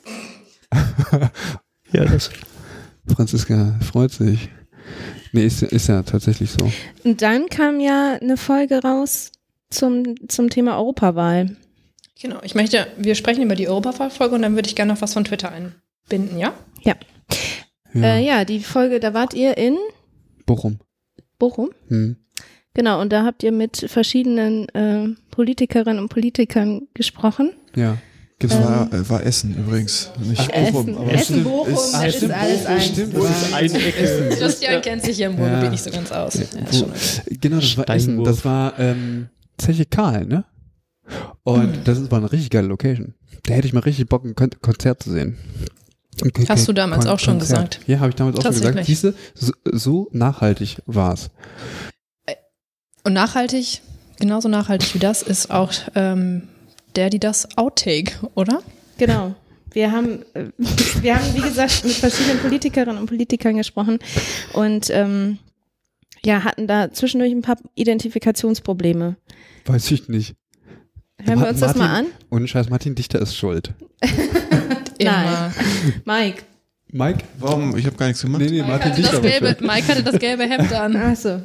Ja, das. Franziska freut sich. Nee, ist ja tatsächlich so. Und dann kam ja eine Folge raus zum Thema Europawahl. Genau, wir sprechen über die Europawahl-Folge und dann würde ich gerne noch was von Twitter einbinden, ja? Ja. Ja, die Folge, da wart ihr in Bochum. Genau, und da habt ihr mit verschiedenen Politikerinnen und Politikern gesprochen. Ja. Das war Essen übrigens. Nicht Bochum. Aber Essen, Bochum, ist alles eins. Stimmt, Christian kennt sich hier im Ruhrgebiet nicht so ganz aus. Genau, das war Essen. Das war Zeche Karl, ne? Und das war eine richtig geile Location. Da hätte ich mal richtig Bock, ein Konzert zu sehen. Hast du damals auch schon gesagt? Ja, habe ich damals auch schon gesagt. Siehste, so nachhaltig war es. Und nachhaltig, genauso nachhaltig wie das, ist auch die das Outtake, oder? Genau. Wir haben, wie gesagt, mit verschiedenen Politikerinnen und Politikern gesprochen und hatten da zwischendurch ein paar Identifikationsprobleme. Weiß ich nicht. Hören wir uns das mal an? Ohne Scheiß, Martin Dichter ist schuld. Nein. Mike. Warum? Ich habe gar nichts gemacht. Nee, Martin Dichter war schuld. Mike hatte das gelbe Hemd an. Achso.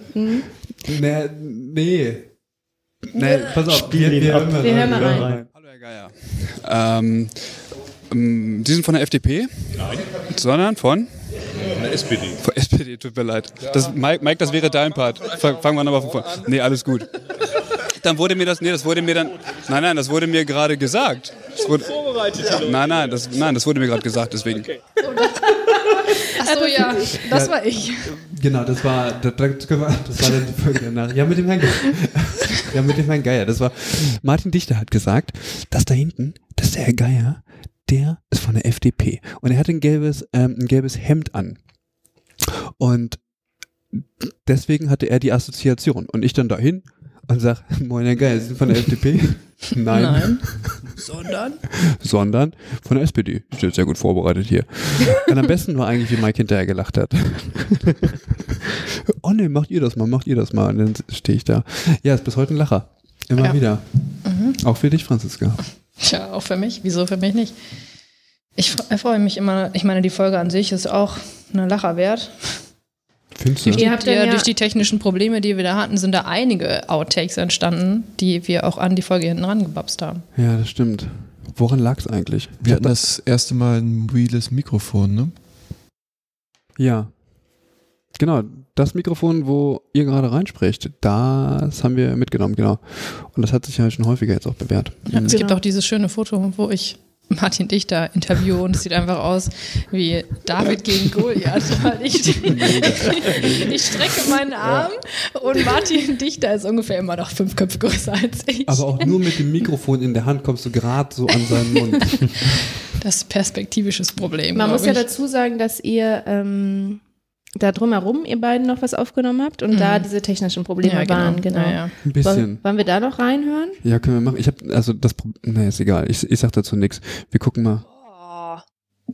Nee, pass auf. Wir hören mal rein. Hallo Herr Geier. Sie sind von der FDP? Nein. Sondern von? Von der SPD. Von SPD, tut mir leid. Das, Mike, das wäre dein Part. Fangen wir nochmal von vorne. Nee, alles gut. Dann wurde mir das wurde mir gerade gesagt. Nein, das wurde mir gerade gesagt, deswegen. Okay. Achso, ja, das war ich. Genau, das war dann die Folge danach. Ja, mit dem Herrn Geier. Das war, Martin Dichter hat gesagt, dass da hinten, das ist der Herr Geier, der ist von der FDP. Und er hat ein gelbes Hemd an. Und deswegen hatte er die Assoziation. Und ich dann dahin und sag, moin Herr Geier, Sie sind von der FDP? Nein. Sondern von der SPD. Ich bin sehr gut vorbereitet hier. Und am besten war eigentlich, wie Mike hinterher gelacht hat. Oh ne, macht ihr das mal. Und dann stehe ich da. Ja, ist bis heute ein Lacher. Immer wieder. Mhm. Auch für dich, Franziska. Tja, auch für mich. Wieso für mich nicht? Ich freue mich immer, ich meine, die Folge an sich ist auch eine Lacher wert. Findest du? Durch die technischen Probleme, die wir da hatten, sind da einige Outtakes entstanden, die wir auch an die Folge hinten rangebapst haben. Ja, das stimmt. Woran lag es eigentlich? Wir hatten das erste Mal ein mobiles Mikrofon, ne? Ja. Genau, das Mikrofon, wo ihr gerade reinsprecht, das haben wir mitgenommen, genau. Und das hat sich ja schon häufiger jetzt auch bewährt. Ja, es gibt auch dieses schöne Foto, wo ich Martin Dichter interviewe und es sieht einfach aus wie David gegen Goliath. Ich strecke meinen Arm und Martin Dichter ist ungefähr immer noch 5 Köpfe größer als ich. Aber auch nur mit dem Mikrofon in der Hand kommst du gerade so an seinen Mund. Das ist perspektivisches Problem. Man muss ja dazu sagen, dass ihr da drumherum ihr beiden noch was aufgenommen habt und da diese technischen Probleme waren. Genau. Ein bisschen. Wollen wir da noch reinhören? Ja, können wir machen. Ist egal. Ich sag dazu nichts. Wir gucken mal. Oh.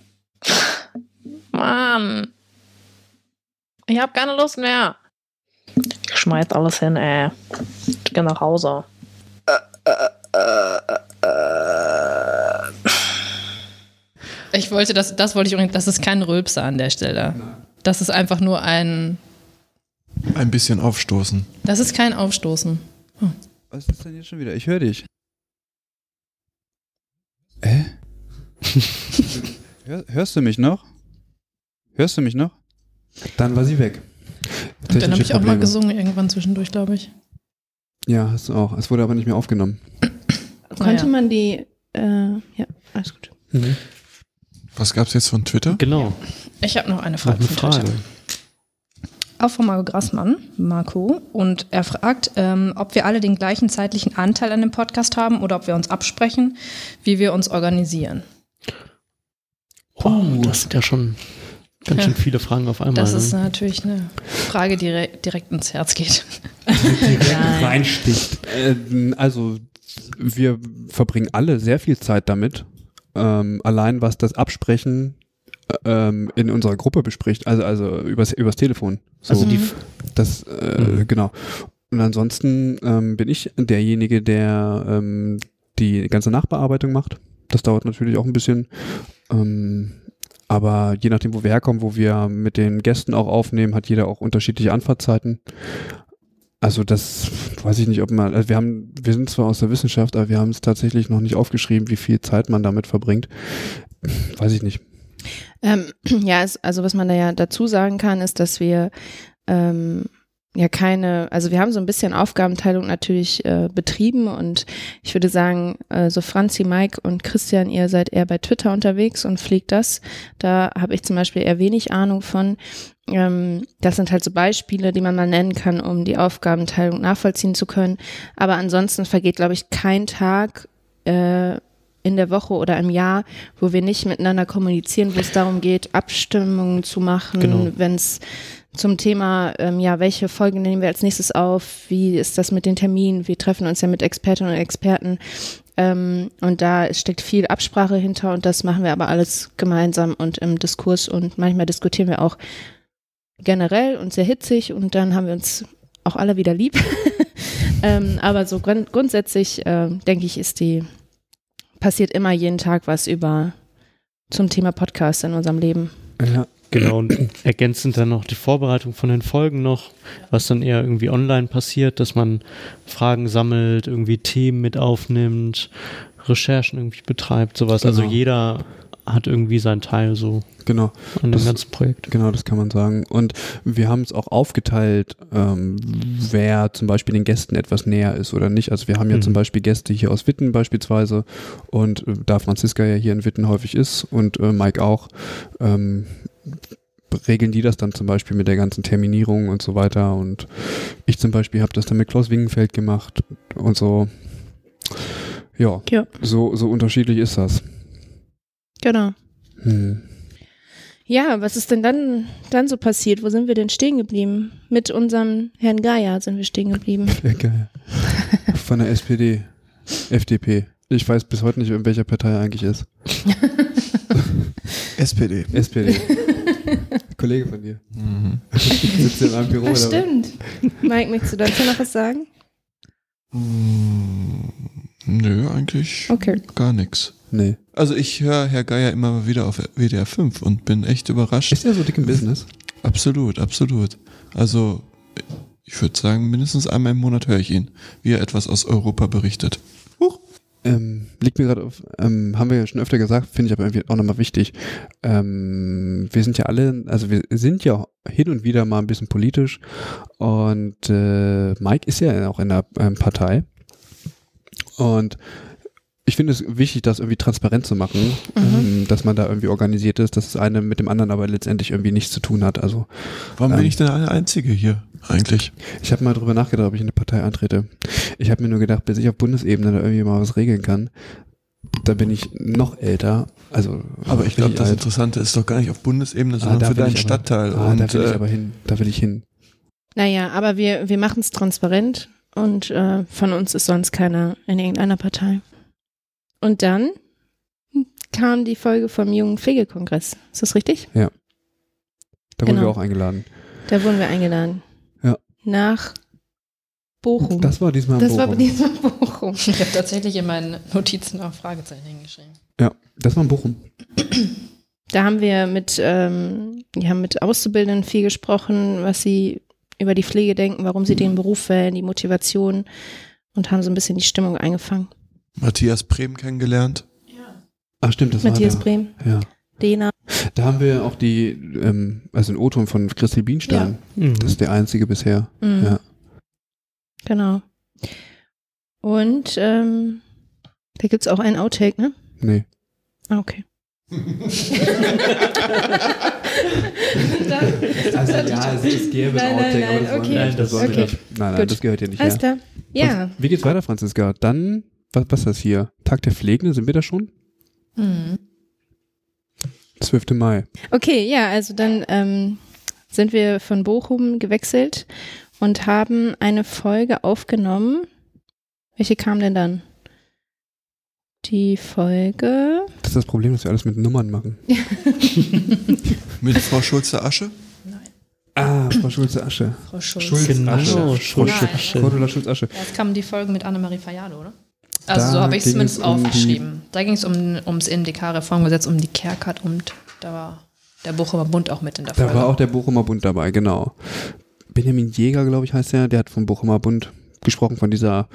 Mann. Ich hab keine Lust mehr. Ich schmeiß alles hin, ey. Ich geh nach Hause. Ich wollte das ist kein Rülpser an der Stelle. Das ist einfach nur ein bisschen aufstoßen. Das ist kein Aufstoßen. Oh. Was ist denn jetzt schon wieder? Ich höre dich. Hörst du mich noch? Dann war sie weg. Und dann habe ich auch mal gesungen irgendwann zwischendurch, glaube ich. Ja, hast du auch. Es wurde aber nicht mehr aufgenommen. Konnte man die ja, alles gut. Mhm. Was gab's jetzt von Twitter? Genau. Ich habe noch eine Frage von Twitter. Auch von Marco Grassmann, Marco. Und er fragt, ob wir alle den gleichen zeitlichen Anteil an dem Podcast haben oder ob wir uns absprechen, wie wir uns organisieren. Das sind ja schon ganz schön viele Fragen auf einmal. Das ist natürlich eine Frage, die direkt ins Herz geht. Direkt reinsticht. Also, wir verbringen alle sehr viel Zeit damit. Allein was das Absprechen in unserer Gruppe bespricht, also übers Telefon. So, also genau. Und ansonsten bin ich derjenige, der die ganze Nachbearbeitung macht. Das dauert natürlich auch ein bisschen. Aber je nachdem, wo wir herkommen, wo wir mit den Gästen auch aufnehmen, hat jeder auch unterschiedliche Anfahrtzeiten. Also das weiß ich nicht, ob man, also wir sind zwar aus der Wissenschaft, aber wir haben es tatsächlich noch nicht aufgeschrieben, wie viel Zeit man damit verbringt. Weiß ich nicht. Also was man da ja dazu sagen kann, ist, dass wir also wir haben so ein bisschen Aufgabenteilung natürlich betrieben und ich würde sagen, so Franzi, Mike und Christian, ihr seid eher bei Twitter unterwegs und pflegt das. Da habe ich zum Beispiel eher wenig Ahnung von. Das sind halt so Beispiele, die man mal nennen kann, um die Aufgabenteilung nachvollziehen zu können. Aber ansonsten vergeht, glaube ich, kein Tag in der Woche oder im Jahr, wo wir nicht miteinander kommunizieren, wo es darum geht, Abstimmungen zu machen, wenn es zum Thema, welche Folgen nehmen wir als nächstes auf, wie ist das mit den Terminen, wir treffen uns ja mit Expertinnen und Experten und da steckt viel Absprache hinter und das machen wir aber alles gemeinsam und im Diskurs und manchmal diskutieren wir auch generell und sehr hitzig und dann haben wir uns auch alle wieder lieb. Aber so grundsätzlich, denke ich, passiert immer jeden Tag was zum Thema Podcast in unserem Leben. Ja. Genau, und ergänzend dann noch die Vorbereitung von den Folgen noch, was dann eher irgendwie online passiert, dass man Fragen sammelt, irgendwie Themen mit aufnimmt, Recherchen irgendwie betreibt, sowas. Genau. Also jeder hat irgendwie seinen Teil so Genau. an dem ganzen Projekt. Genau, das kann man sagen. Und wir haben es auch aufgeteilt, wer zum Beispiel den Gästen etwas näher ist oder nicht. Also wir haben ja zum Beispiel Gäste hier aus Witten beispielsweise und da Franziska ja hier in Witten häufig ist und Mike auch, regeln die das dann zum Beispiel mit der ganzen Terminierung und so weiter. Und ich zum Beispiel habe das dann mit Klaus Wingenfeld gemacht und so. Ja. So unterschiedlich ist das. Genau. Ja, was ist denn dann so passiert? Wo sind wir denn stehen geblieben? Mit unserem Herrn Geier sind wir stehen geblieben. Ja, geil. Von der SPD, FDP. Ich weiß bis heute nicht, in welcher Partei er eigentlich ist. SPD. Kollege von dir. Sitzt in einem Büro. Das stimmt. Mike, möchtest du dazu noch was sagen? Nö, eigentlich gar nichts. Nee. Also ich höre Herr Geier immer mal wieder auf WDR 5 und bin echt überrascht. Ist er so dick im Business? Absolut. Also ich würde sagen, mindestens einmal im Monat höre ich ihn, wie er etwas aus Europa berichtet. Liegt mir gerade auf, haben wir ja schon öfter gesagt, finde ich aber irgendwie auch nochmal wichtig. Wir sind ja alle, also wir sind ja hin und wieder mal ein bisschen politisch und Mike ist ja auch in der Partei und ich finde es wichtig, das irgendwie transparent zu machen, dass man da irgendwie organisiert ist, dass das eine mit dem anderen aber letztendlich irgendwie nichts zu tun hat. Also warum bin ich denn der Einzige hier eigentlich? Ich habe mal drüber nachgedacht, ob ich in eine Partei eintrete. Ich habe mir nur gedacht, bis ich auf Bundesebene da irgendwie mal was regeln kann, da bin ich noch älter. Also, aber ich glaube, das Interessante ist doch gar nicht auf Bundesebene, sondern für deinen Stadtteil. Da will ich hin. Naja, aber wir machen es transparent und von uns ist sonst keiner in irgendeiner Partei. Und dann kam die Folge vom Jungen Pflegekongress. Ist das richtig? Ja. Da wurden wir auch eingeladen. Da wurden wir eingeladen. Ja. Nach Bochum. Das war diesmal Bochum. Ich habe tatsächlich in meinen Notizen auch Fragezeichen hingeschrieben. Ja, das war in Bochum. Da haben wir mit Auszubildenden viel gesprochen, was sie über die Pflege denken, warum sie den Beruf wählen, die Motivation und haben so ein bisschen die Stimmung eingefangen. Matthias Brehm kennengelernt. Ja. Ach stimmt, das Matthias war Brehm. Ja. Dena. Da haben wir auch also ein O-Ton von Christel Bienstein. Ja. Das ist der einzige bisher. Ja. Genau. Und da gibt es auch einen Outtake, ne? Nee. Ah, okay. Es gäbe ein Outtake, aber das okay. Nein, das gehört ja nicht her. Klar. Ja. Wie geht's weiter, Franziska? Dann, was ist das hier? Tag der Pflegenden, sind wir da schon? 12. Mai. Okay, ja, also dann sind wir von Bochum gewechselt und haben eine Folge aufgenommen. Welche kam denn dann? Die Folge... Das ist das Problem, dass wir alles mit Nummern machen. Mit Frau Schulze-Asche? Ah, Frau Schulze-Asche. Frau Schulz. Genau, Cordula Schulz-Asche. Das kam die Folge mit Annemarie Fajardo, oder? Also so habe ich es zumindest aufgeschrieben. Da ging es ums NDK-Reformgesetz, um die Kerkert und da war der Bochumer Bund auch mit in der Folge. Da war auch der Bochumer Bund dabei, genau. Benjamin Jäger, glaube ich, heißt der hat vom Bochumer Bund gesprochen, von dieser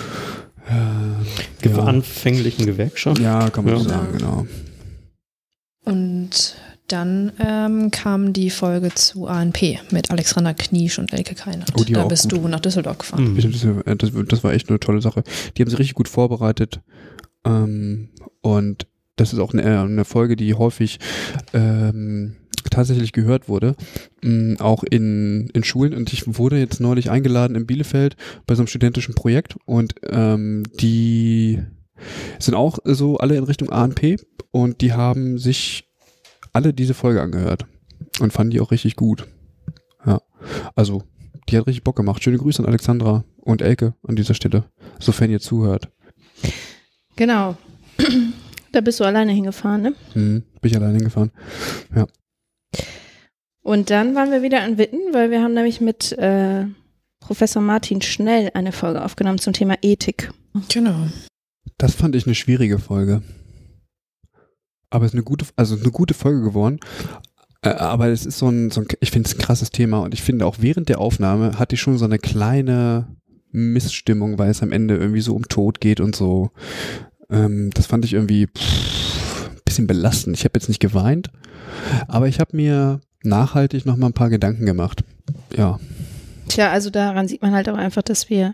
anfänglichen Gewerkschaft. Ja, kann man so sagen, genau. Und dann kam die Folge zu ANP mit Alexander Kniesch und Elke Keinert. Oh, da bist du nach Düsseldorf gefahren. Das war echt eine tolle Sache. Die haben sich richtig gut vorbereitet. Und das ist auch eine Folge, die häufig tatsächlich gehört wurde, auch in Schulen. Und ich wurde jetzt neulich eingeladen in Bielefeld bei so einem studentischen Projekt und die sind auch so alle in Richtung ANP und die haben sich alle diese Folge angehört und fanden die auch richtig gut. Ja, also die hat richtig Bock gemacht. Schöne Grüße an Alexandra und Elke an dieser Stelle, sofern ihr zuhört. Genau. Da bist du alleine hingefahren, ne? Bin ich alleine hingefahren, ja. Und dann waren wir wieder in Witten, weil wir haben nämlich mit Professor Martin Schnell eine Folge aufgenommen zum Thema Ethik. Genau. Das fand ich eine schwierige Folge. Aber es ist eine gute Folge geworden. Aber es ist ich finde es ein krasses Thema und ich finde auch während der Aufnahme hatte ich schon so eine kleine Missstimmung, weil es am Ende irgendwie so um Tod geht und so. Das fand ich irgendwie ein bisschen belastend. Ich habe jetzt nicht geweint, aber ich habe mir nachhaltig noch mal ein paar Gedanken gemacht. Ja. Tja, also daran sieht man halt auch einfach, dass wir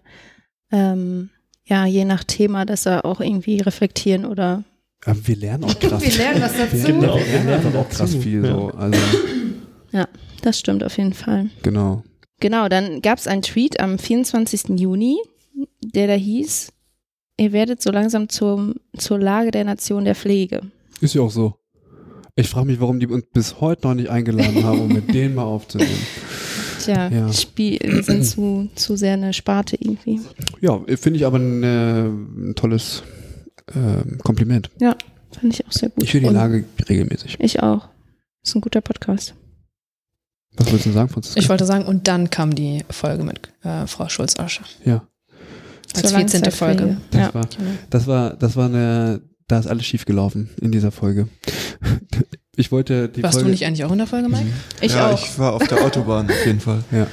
je nach Thema, dass wir auch irgendwie reflektieren oder Aber wir lernen auch krass. wir lernen was dazu. Genau, wir lernen auch krass viel. So. Also, Ja, das stimmt auf jeden Fall. genau. Genau, dann gab es einen Tweet am 24. Juni, der da hieß, ihr werdet so langsam zur Lage der Nation der Pflege. Ist ja auch so. Ich frage mich, warum die uns bis heute noch nicht eingeladen haben, um mit denen mal aufzunehmen. Tja, Ja. wir sind zu sehr eine Sparte irgendwie. Ja, finde ich aber ein tolles Kompliment. Ja, fand ich auch sehr gut. Ich höre die Und Lage regelmäßig. ich auch. Ist ein guter Podcast. Was wolltest du sagen, Franziska? Ich wollte sagen, und dann kam die Folge mit Frau Schulz-Asche. Ja, Als Zur 14. Folge. Langzeitpflege. das war da ist alles schief gelaufen in dieser Folge. Ich wollte die Warst Folge. du nicht eigentlich auch in der Folge, Mike? Ich auch. Ich war auf der Autobahn auf jeden Fall. Ja.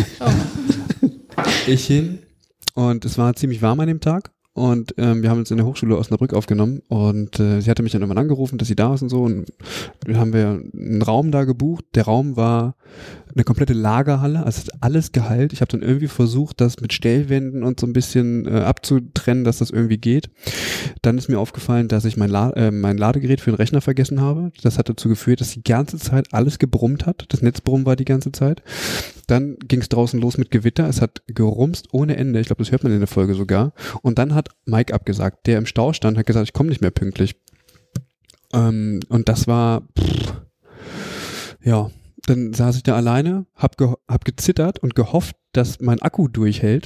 Ich hin und es war ziemlich warm an dem Tag und wir haben uns in der Hochschule Osnabrück aufgenommen und sie hatte mich dann irgendwann angerufen, dass sie da ist und so und dann haben wir einen Raum da gebucht. Der Raum war eine komplette Lagerhalle, also es hat alles geheilt. Ich habe dann irgendwie versucht, das mit Stellwänden und so ein bisschen abzutrennen, dass das irgendwie geht. Dann ist mir aufgefallen, dass ich mein Ladegerät für den Rechner vergessen habe. Das hat dazu geführt, dass die ganze Zeit alles gebrummt hat. Das Netzbrummen war die ganze Zeit. Dann ging es draußen los mit Gewitter. Es hat gerumst ohne Ende. Ich glaube, das hört man in der Folge sogar. Und dann hat Mike abgesagt. Der im Stau stand, hat gesagt, ich komme nicht mehr pünktlich. Und das war, ja, dann saß ich da alleine, hab gezittert und gehofft, dass mein Akku durchhält.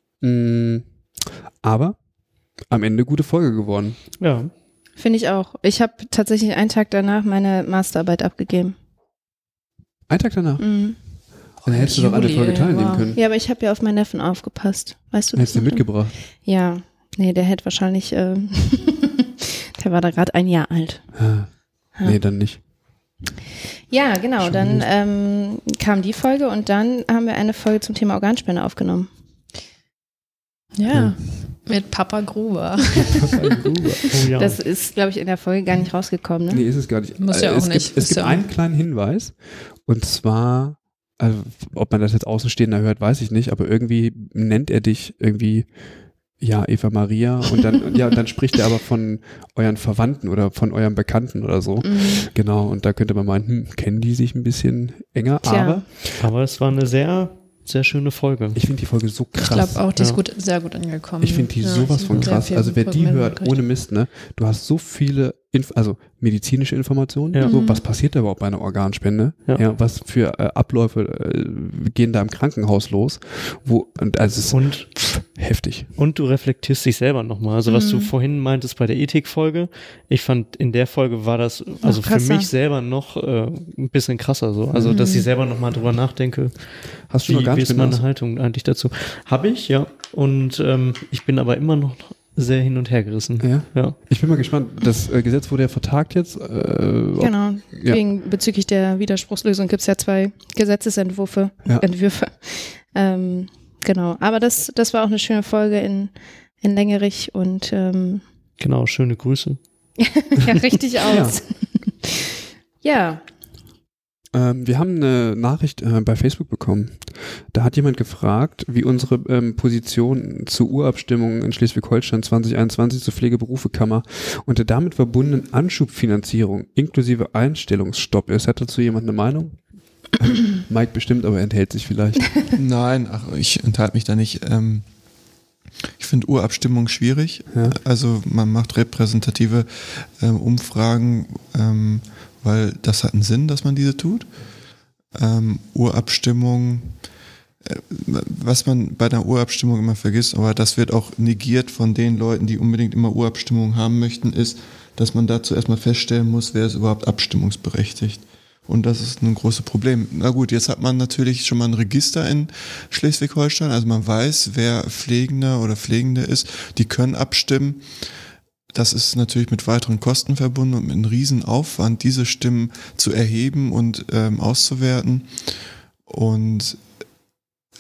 Aber am Ende gute Folge geworden. Ja. Finde ich auch. Ich habe tatsächlich einen Tag danach meine Masterarbeit abgegeben. Ein Tag danach. Mhm. Dann hättest du doch an der Folge teilnehmen können. Ja, aber ich habe ja auf meinen Neffen aufgepasst. Weißt du das? Hättest du noch? mitgebracht. Ja. Nee, der hätte wahrscheinlich, der war da gerade 1 Jahr alt. Nee, dann nicht. Ja, genau. Schon Dann kam die Folge und dann haben wir eine Folge zum Thema Organspende aufgenommen. Ja, mit Papa Gruber. Oh, ja. Das ist, glaube ich, in der Folge gar nicht rausgekommen, ne? Nee, ist es gar nicht. Muss ja auch es nicht. Gibt, es Ist gibt ja einen kleinen Hinweis und zwar, also, ob man das jetzt Außenstehender hört, weiß ich nicht, aber irgendwie nennt er dich irgendwie ja, Eva Maria und dann, ja, und dann spricht er aber von euren Verwandten oder von eurem Bekannten oder so. Mhm. Genau, und da könnte man meinen, kennen die sich ein bisschen enger, Tja. Aber es war eine sehr, sehr schöne Folge. ich finde die Folge so Ich krass. glaube auch, die ist Ja. gut, sehr gut angekommen. Ich finde die sowas von sehr krass. viel Also wer die Rückmeldung hört, gekriegt. ohne Mist, ne? Du hast so viele, also medizinische Informationen, Ja. so was passiert da überhaupt bei einer Organspende? Ja. Was für Abläufe gehen da im Krankenhaus los? Und also es ist Und heftig. Und du reflektierst dich selber nochmal. Also was du vorhin meintest bei der Ethikfolge, ich fand in der Folge war das also für krasser. mich selber noch ein bisschen krasser so. Also dass ich selber nochmal drüber nachdenke, Hast du wie ist Organspende? meine Haltung eigentlich dazu. Habe ich, ja. Und ich bin aber immer noch sehr hin und her gerissen. Ja? Ich bin mal gespannt. Das Gesetz wurde ja vertagt jetzt. Genau. Ja. Bezüglich der Widerspruchslösung gibt es ja 2 Gesetzesentwürfe. Ja. Entwürfe. Genau. Aber das war auch eine schöne Folge in Längerich und Genau, schöne Grüße. ja, richtig aus. Ja. Wir haben eine Nachricht bei Facebook bekommen. Da hat jemand gefragt, wie unsere Position zur Urabstimmung in Schleswig-Holstein 2021 zur Pflegeberufekammer und der damit verbundenen Anschubfinanzierung inklusive Einstellungsstopp ist. Hat dazu jemand eine Meinung? Mike bestimmt, aber er enthält sich vielleicht. Nein, ich enthalte mich da nicht. Ich finde Urabstimmung schwierig. Ja. Also man macht repräsentative Umfragen, weil das hat einen Sinn, dass man diese tut. Urabstimmung, was man bei der Urabstimmung immer vergisst, aber das wird auch negiert von den Leuten, die unbedingt immer Urabstimmung haben möchten, ist, dass man dazu erstmal feststellen muss, wer ist überhaupt abstimmungsberechtigt. Und das ist ein großes Problem. Na gut, jetzt hat man natürlich schon mal ein Register in Schleswig-Holstein, also man weiß, wer Pflegender oder Pflegende ist, die können abstimmen. Das ist natürlich mit weiteren Kosten verbunden und mit einem riesen Aufwand, diese Stimmen zu erheben und auszuwerten. Und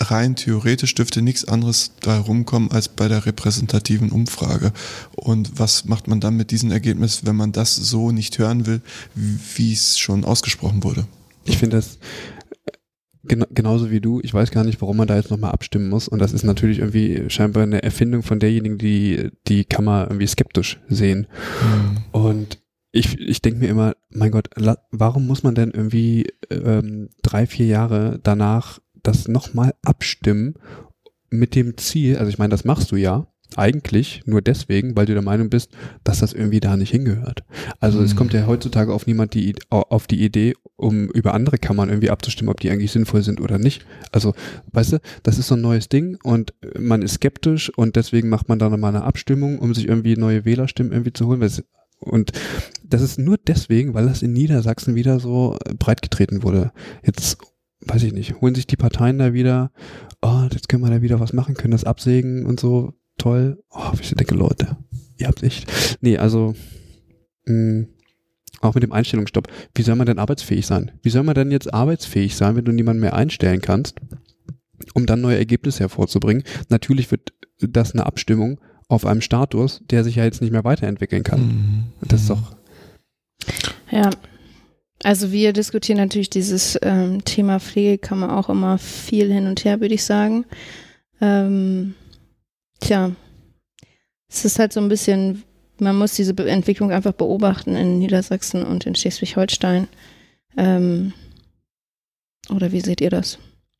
rein theoretisch dürfte nichts anderes da rumkommen als bei der repräsentativen Umfrage. Und was macht man dann mit diesem Ergebnis, wenn man das so nicht hören will, wie es schon ausgesprochen wurde? Ich finde das genauso wie du. Ich weiß gar nicht, warum man da jetzt nochmal abstimmen muss. Und das ist natürlich irgendwie scheinbar eine Erfindung von derjenigen, die die Kammer irgendwie skeptisch sehen. Und ich denke mir immer, mein Gott, warum muss man denn irgendwie 3-4 Jahre danach das nochmal abstimmen mit dem Ziel, also ich meine, das machst du ja eigentlich nur deswegen, weil du der Meinung bist, dass das irgendwie da nicht hingehört. Also es kommt ja heutzutage auf niemand auf die Idee, um über andere Kammern irgendwie abzustimmen, ob die eigentlich sinnvoll sind oder nicht. Also, weißt du, das ist so ein neues Ding und man ist skeptisch und deswegen macht man da nochmal eine Abstimmung, um sich irgendwie neue Wählerstimmen irgendwie zu holen. Und das ist nur deswegen, weil das in Niedersachsen wieder so breitgetreten wurde. Jetzt, weiß ich nicht, holen sich die Parteien da wieder, jetzt können wir da wieder was machen, können das absägen und so. Toll. Ich denke, Leute, ihr habt echt. Nee, also auch mit dem Einstellungsstopp. Wie soll man denn arbeitsfähig sein? Wie soll man denn jetzt arbeitsfähig sein, wenn du niemanden mehr einstellen kannst, um dann neue Ergebnisse hervorzubringen? Natürlich wird das eine Abstimmung auf einem Status, der sich ja jetzt nicht mehr weiterentwickeln kann. Das ist doch... Ja, also wir diskutieren natürlich dieses Thema Pflegekammer auch immer viel hin und her, würde ich sagen. Es ist halt so ein bisschen, man muss diese Entwicklung einfach beobachten in Niedersachsen und in Schleswig-Holstein. Oder wie seht ihr das?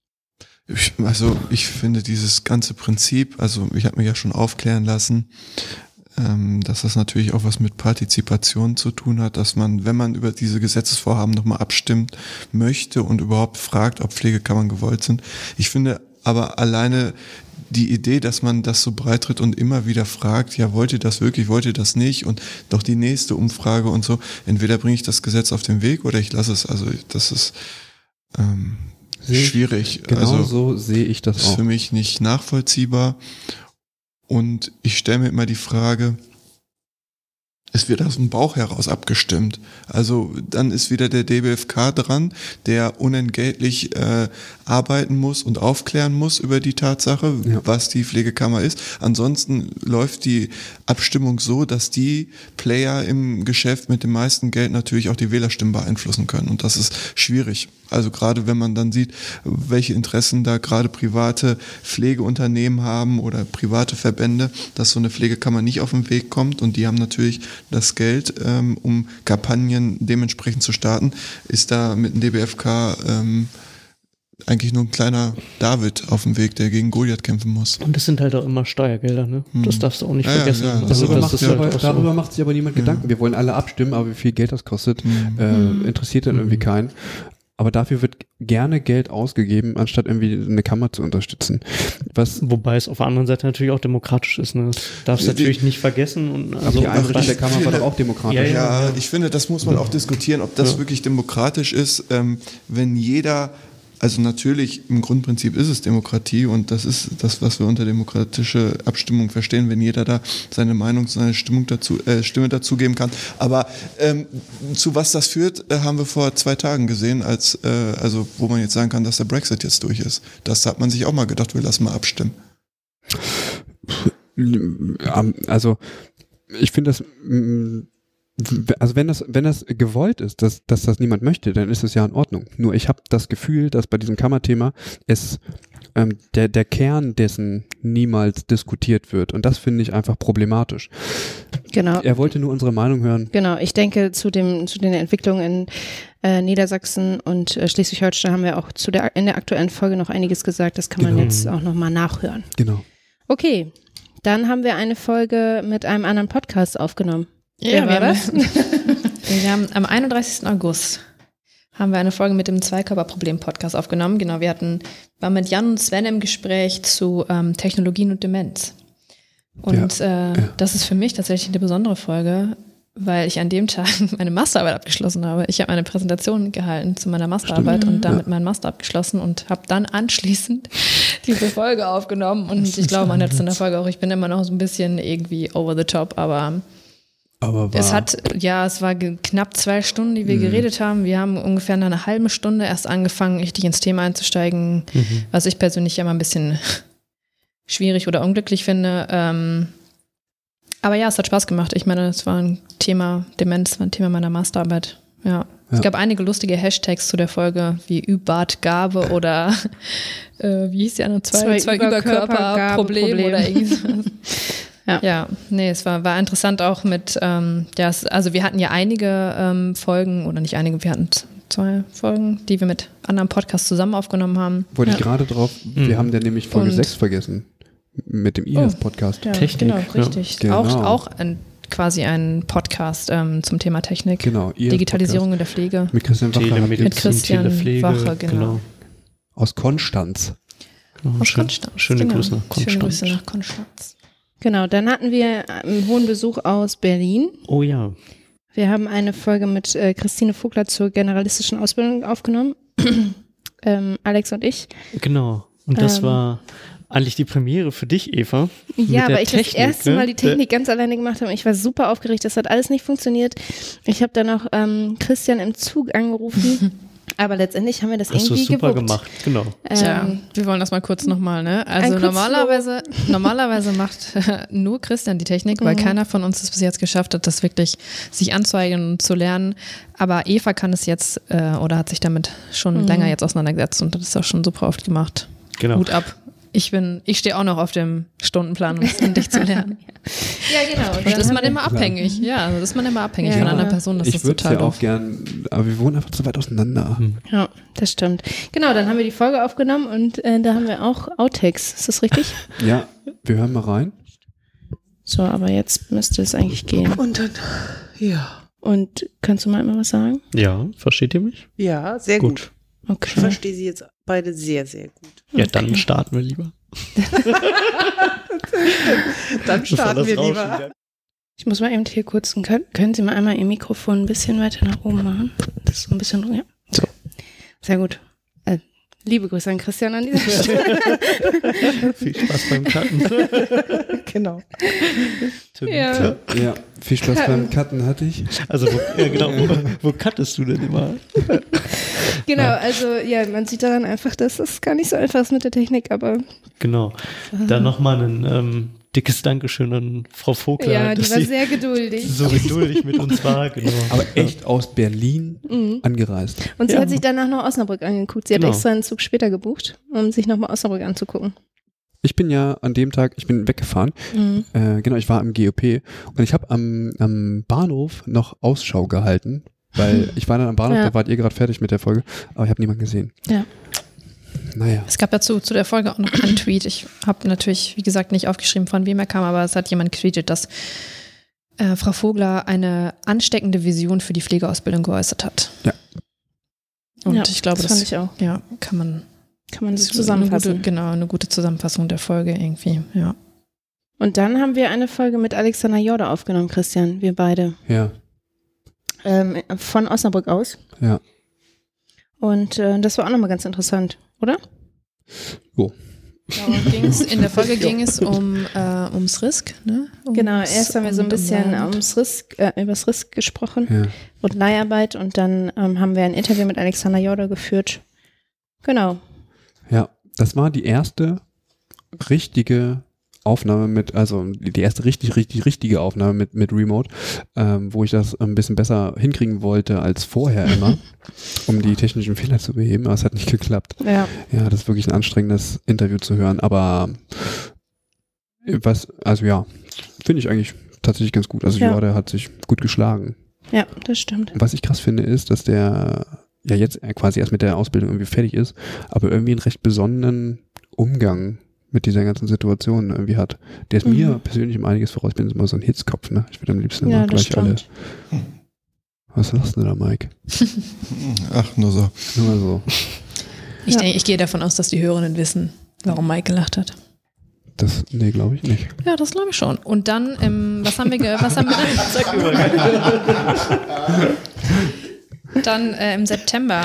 Ich finde dieses ganze Prinzip, also ich habe mir ja schon aufklären lassen, dass das natürlich auch was mit Partizipation zu tun hat, dass man, wenn man über diese Gesetzesvorhaben nochmal abstimmt möchte und überhaupt fragt, ob Pflegekammern gewollt sind. Ich finde aber alleine die Idee, dass man das so breit tritt und immer wieder fragt, ja, wollt ihr das wirklich, wollt ihr das nicht? Und doch die nächste Umfrage und so. Entweder bringe ich das Gesetz auf den Weg oder ich lasse es. Also das ist schwierig. Genau so sehe ich das auch. Ist für mich nicht nachvollziehbar. Und ich stelle mir immer die Frage, es wird aus dem Bauch heraus abgestimmt. Also dann ist wieder der DBFK dran, der unentgeltlich arbeiten muss und aufklären muss über die Tatsache, was die Pflegekammer ist. Ansonsten läuft die Abstimmung so, dass die Player im Geschäft mit dem meisten Geld natürlich auch die Wählerstimmen beeinflussen können. Und das ist schwierig. Also gerade wenn man dann sieht, welche Interessen da gerade private Pflegeunternehmen haben oder private Verbände, dass so eine Pflegekammer nicht auf den Weg kommt und die haben natürlich das Geld, um Kampagnen dementsprechend zu starten, ist da mit dem DBFK eigentlich nur ein kleiner David auf dem Weg, der gegen Goliath kämpfen muss. Und das sind halt auch immer Steuergelder, ne? Das darfst du auch nicht vergessen. Ja. Also Darüber macht sich aber niemand Gedanken. Wir wollen alle abstimmen, aber wie viel Geld das kostet, interessiert dann irgendwie keinen. Aber dafür wird gerne Geld ausgegeben, anstatt irgendwie eine Kammer zu unterstützen. Wobei es auf der anderen Seite natürlich auch demokratisch ist. Ne? Das darfst du natürlich nicht vergessen. Und also die Einrichtung der Kammer war doch auch demokratisch. Ja, ich finde, das muss man auch diskutieren, ob das wirklich demokratisch ist, wenn jeder... Also natürlich, im Grundprinzip ist es Demokratie und das ist das, was wir unter demokratische Abstimmung verstehen, wenn jeder da seine Meinung, seine Stimme dazugeben kann. Aber zu was das führt, haben wir vor 2 Tagen gesehen, also wo man jetzt sagen kann, dass der Brexit jetzt durch ist. Das hat man sich auch mal gedacht, wir lassen mal abstimmen. Also ich finde das... Also wenn das gewollt ist, dass das niemand möchte, dann ist es ja in Ordnung. Nur ich habe das Gefühl, dass bei diesem Kammerthema es der Kern dessen niemals diskutiert wird. Und das finde ich einfach problematisch. Genau. Er wollte nur unsere Meinung hören. Genau, ich denke, zu den Entwicklungen in Niedersachsen und Schleswig-Holstein haben wir auch in der aktuellen Folge noch einiges gesagt. Das kann man jetzt auch nochmal nachhören. Genau. Okay, dann haben wir eine Folge mit einem anderen Podcast aufgenommen. Ja, wer war das? Wir haben am 31. August haben wir eine Folge mit dem Zweikörperproblem-Podcast aufgenommen. Genau, waren mit Jan und Sven im Gespräch zu Technologien und Demenz. Und das ist für mich tatsächlich eine besondere Folge, weil ich an dem Tag meine Masterarbeit abgeschlossen habe. Ich habe eine Präsentation gehalten zu meiner Masterarbeit und damit meinen Master abgeschlossen und habe dann anschließend diese Folge aufgenommen. Und ich glaube, man hört es in der Folge auch, ich bin immer noch so ein bisschen irgendwie over the top, aber Aber es war knapp 2 Stunden, die wir geredet haben. Wir haben ungefähr nach einer halben Stunde erst angefangen, richtig ins Thema einzusteigen, was ich persönlich ja immer ein bisschen schwierig oder unglücklich finde. Aber ja, es hat Spaß gemacht. Ich meine, es war ein Thema, Demenz war ein Thema meiner Masterarbeit. Ja. Es gab einige lustige Hashtags zu der Folge, wie Übergabe oder wie hieß die andere? Zwei Überkörperproblem oder irgendwas. Es war interessant auch mit, also wir hatten ja einige Folgen, oder nicht einige, wir hatten 2 Folgen, die wir mit anderen Podcasts zusammen aufgenommen haben. Wollte ich gerade drauf, wir haben ja nämlich Folge 6 vergessen, mit dem IAS-Podcast. Ja, Technik. Genau, richtig. Genau. Auch quasi ein Podcast zum Thema Technik. Genau, Digitalisierung in der Pflege. Mit Christian Wache. Mit Christian Wache, genau. Aus Konstanz. Aus Konstanz. Schöne Grüße nach Konstanz. Schöne Grüße nach Konstanz. Genau, dann hatten wir einen hohen Besuch aus Berlin. Oh ja. Wir haben eine Folge mit Christine Vogler zur generalistischen Ausbildung aufgenommen. Alex und ich. Genau. Und das war eigentlich die Premiere für dich, Eva. Ja, weil ich das erste Mal die Technik ganz alleine gemacht habe. Ich war super aufgeregt. Das hat alles nicht funktioniert. Ich habe dann auch Christian im Zug angerufen. Aber letztendlich haben wir das Hast irgendwie super gewuppt. gemacht, genau. Wir wollen das mal kurz nochmal, ne? Also normalerweise macht nur Christian die Technik, weil keiner von uns es bis jetzt geschafft hat, das wirklich sich anzueignen und zu lernen. Aber Eva kann es jetzt oder hat sich damit schon länger jetzt auseinandergesetzt und das ist auch schon super oft gemacht. Genau. Hut ab. Ich stehe auch noch auf dem Stundenplan, um dich zu lernen. Ja, genau. Und das ist man immer abhängig. Ja, also das ist man immer abhängig von einer Person. Das ich ist würde es total ja auch doof. gern, aber wir wohnen einfach zu weit auseinander. Ja, das stimmt. Genau, dann haben wir die Folge aufgenommen und da haben wir auch Outtakes. Ist das richtig? Ja, wir hören mal rein. So, aber jetzt müsste es eigentlich gehen. Und dann, ja. Und kannst du mal immer was sagen? Ja, versteht ihr mich? Ja, sehr gut. Okay. Ich verstehe sie jetzt beide sehr, sehr gut. Ja, dann starten wir lieber. Dann starten wir lieber. Ich muss mal eben hier kurz, können Sie mal einmal Ihr Mikrofon ein bisschen weiter nach oben machen? Das ist so ein bisschen, ja. So. Sehr gut. Liebe Grüße an Christian an dieser Stelle. Viel Spaß beim Cutten. Genau. Ja. Ja, viel Spaß beim Cutten hatte ich. Also, wo cuttest du denn immer? Genau, also ja, man sieht daran einfach, dass das gar nicht so einfach ist mit der Technik, aber... Genau. Dann nochmal ein dickes Dankeschön an Frau Vogler. Ja, die dass war sie sehr geduldig. so geduldig mit uns war, genau. Aber echt aus Berlin angereist. Und sie hat sich danach noch Osnabrück angeguckt. Sie hat Genau. extra einen Zug später gebucht, um sich nochmal Osnabrück anzugucken. Ich bin ja an dem Tag, ich bin weggefahren. Genau, ich war im GOP und ich habe am Bahnhof noch Ausschau gehalten, weil ich war dann am Bahnhof, da wart ihr gerade fertig mit der Folge, aber ich habe niemanden gesehen. Ja. Naja. Es gab dazu zu der Folge auch noch einen Tweet. Ich habe natürlich, wie gesagt, nicht aufgeschrieben, von wem er kam, aber es hat jemand getweetet, dass Frau Vogler eine ansteckende Vision für die Pflegeausbildung geäußert hat. Ja. Und Ja, ich glaube, das fand ich auch. Ja, kann man so zusammenfassen. Eine gute Zusammenfassung der Folge irgendwie, ja. Und dann haben wir eine Folge mit Alexander Jorda aufgenommen, Christian, wir beide. Ja. Von Osnabrück aus. Ja. Und das war auch nochmal ganz interessant, oder? In der Folge ging es ums Risk, ne? Genau, erst haben wir so ein bisschen über das Risk gesprochen und Leiharbeit und dann haben wir ein Interview mit Alexander Jorda geführt. Genau. Ja, das war die erste richtige Aufnahme die erste richtige Aufnahme mit Remote, wo ich das ein bisschen besser hinkriegen wollte als vorher immer, um die technischen Fehler zu beheben, aber es hat nicht geklappt. Ja. Ja, das ist wirklich ein anstrengendes Interview zu hören, aber finde ich eigentlich tatsächlich ganz gut. Also Jorda hat sich gut geschlagen. Ja, das stimmt. Was ich krass finde, ist, dass der ja jetzt quasi erst mit der Ausbildung irgendwie fertig ist, aber irgendwie einen recht besonnenen Umgang mit dieser ganzen Situation irgendwie hat. Der ist mir persönlich um einiges voraus. Ich bin immer so ein Hitzkopf, ne? Ich würde am liebsten immer gleich alle. Was lachst du da, Mike? Ach, nur so. Nur so. Ich gehe davon aus, dass die Hörerinnen wissen, warum Mike gelacht hat. Nee, glaube ich nicht. Ja, das glaube ich schon. Und dann, was haben wir dann im September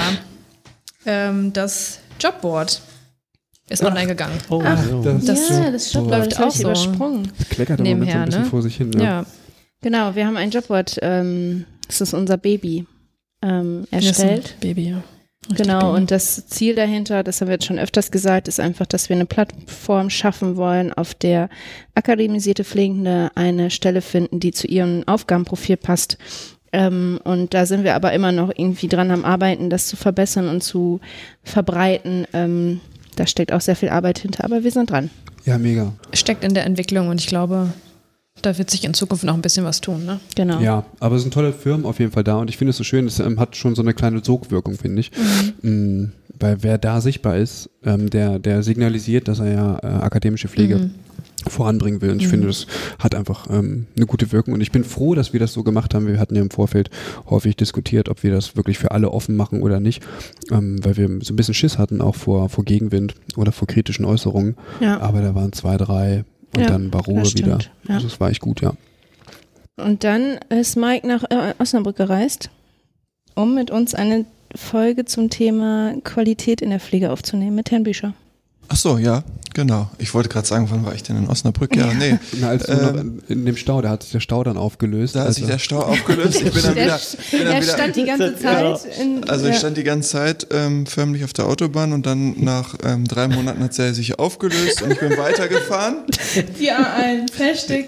das Jobboard ist online gegangen. Oh, das stimmt, läuft das auch habe ich so übersprungen. Das kleckert aber Nebenher, so ein bisschen ne? vor sich hin. Ja. Genau, wir haben ein Jobboard, das ist unser Baby, erstellt. Baby, ja. Genau, und das Ziel dahinter, das haben wir jetzt schon öfters gesagt, ist einfach, dass wir eine Plattform schaffen wollen, auf der akademisierte Pflegende eine Stelle finden, die zu ihrem Aufgabenprofil passt. Und da sind wir aber immer noch irgendwie dran am Arbeiten, das zu verbessern und zu verbreiten. Da steckt auch sehr viel Arbeit hinter, aber wir sind dran. Ja, mega. Steckt in der Entwicklung und ich glaube, da wird sich in Zukunft noch ein bisschen was tun, ne? Genau. Ja, aber es sind tolle Firmen auf jeden Fall da und ich finde es so schön, es hat schon so eine kleine Sogwirkung, finde ich. Weil wer da sichtbar ist, der signalisiert, dass er ja akademische Pflege voranbringen will und ich finde, das hat einfach eine gute Wirkung und ich bin froh, dass wir das so gemacht haben. Wir hatten ja im Vorfeld häufig diskutiert, ob wir das wirklich für alle offen machen oder nicht, weil wir so ein bisschen Schiss hatten, auch vor Gegenwind oder vor kritischen Äußerungen, aber da waren 2, 3 und dann war Ruhe wieder. Ja. Also das war echt gut, ja. Und dann ist Mike nach Osnabrück gereist, um mit uns eine Folge zum Thema Qualität in der Pflege aufzunehmen mit Herrn Büscher. Ach so, ja, genau. Ich wollte gerade sagen, wann war ich denn in Osnabrück? Ja, nee. Na, als du noch in dem Stau, da hat sich der Stau dann aufgelöst. Da hat sich der Stau aufgelöst. Ich bin dann wieder, Er stand die ganze Zeit. ich stand die ganze Zeit förmlich auf der Autobahn und dann nach 3 Monaten hat er sich aufgelöst und ich bin weitergefahren. Die A1, Hashtag.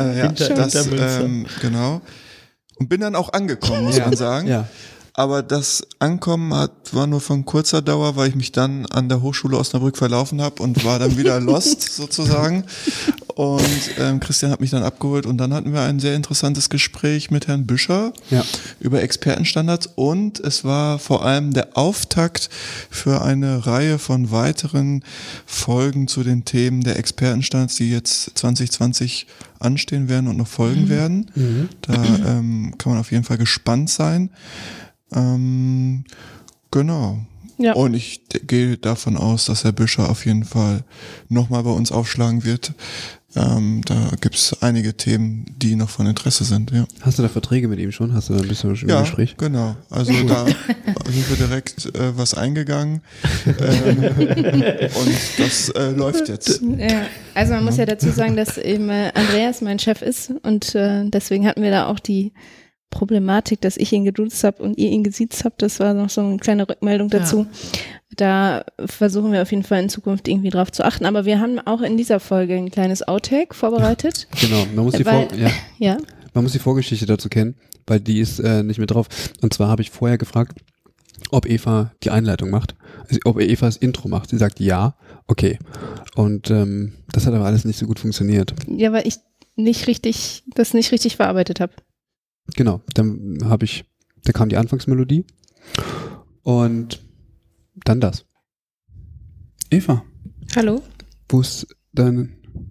Genau. Und bin dann auch angekommen, muss man sagen. Ja. Aber das Ankommen war nur von kurzer Dauer, weil ich mich dann an der Hochschule Osnabrück verlaufen habe und war dann wieder lost sozusagen. Und Christian hat mich dann abgeholt und dann hatten wir ein sehr interessantes Gespräch mit Herrn Büscher über Expertenstandards und es war vor allem der Auftakt für eine Reihe von weiteren Folgen zu den Themen der Expertenstandards, die jetzt 2020 anstehen werden und noch folgen werden. Da kann man auf jeden Fall gespannt sein. Genau. Ja. Und ich gehe davon aus, dass Herr Büscher auf jeden Fall nochmal bei uns aufschlagen wird. Da gibt es einige Themen, die noch von Interesse sind. Ja. Hast du da Verträge mit ihm schon? Hast du da ein bisschen im Gespräch? Ja, genau. Also da sind wir direkt was eingegangen. Und das läuft jetzt. Ja. Also man muss ja dazu sagen, dass eben Andreas mein Chef ist und deswegen hatten wir da auch die Problematik, dass ich ihn geduzt habe und ihr ihn gesiezt habt. Das war noch so eine kleine Rückmeldung dazu. Da versuchen wir auf jeden Fall in Zukunft irgendwie drauf zu achten. Aber wir haben auch in dieser Folge ein kleines Outtake vorbereitet. Genau, man muss man muss die Vorgeschichte dazu kennen, weil die ist nicht mehr drauf. Und zwar habe ich vorher gefragt, ob Eva die Einleitung macht, also ob Eva das Intro macht. Sie sagt ja, okay. Und das hat aber alles nicht so gut funktioniert. Ja, weil ich das nicht richtig verarbeitet habe. Genau, da kam die Anfangsmelodie und dann das. Eva. Hallo. Wo ist deine...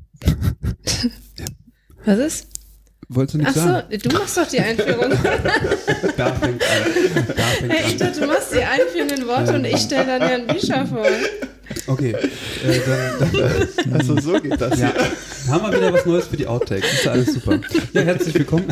Was ist? Wolltest du nicht sagen? Achso, du machst doch die Einführung. Da fängt an. Ich dachte, du machst die einführenden Worte und ich stelle dann Herrn Büscher vor. Okay, dann also so geht das. Ja. Haben wir wieder was Neues für die Outtakes. Das ist alles super. Ja, herzlich willkommen.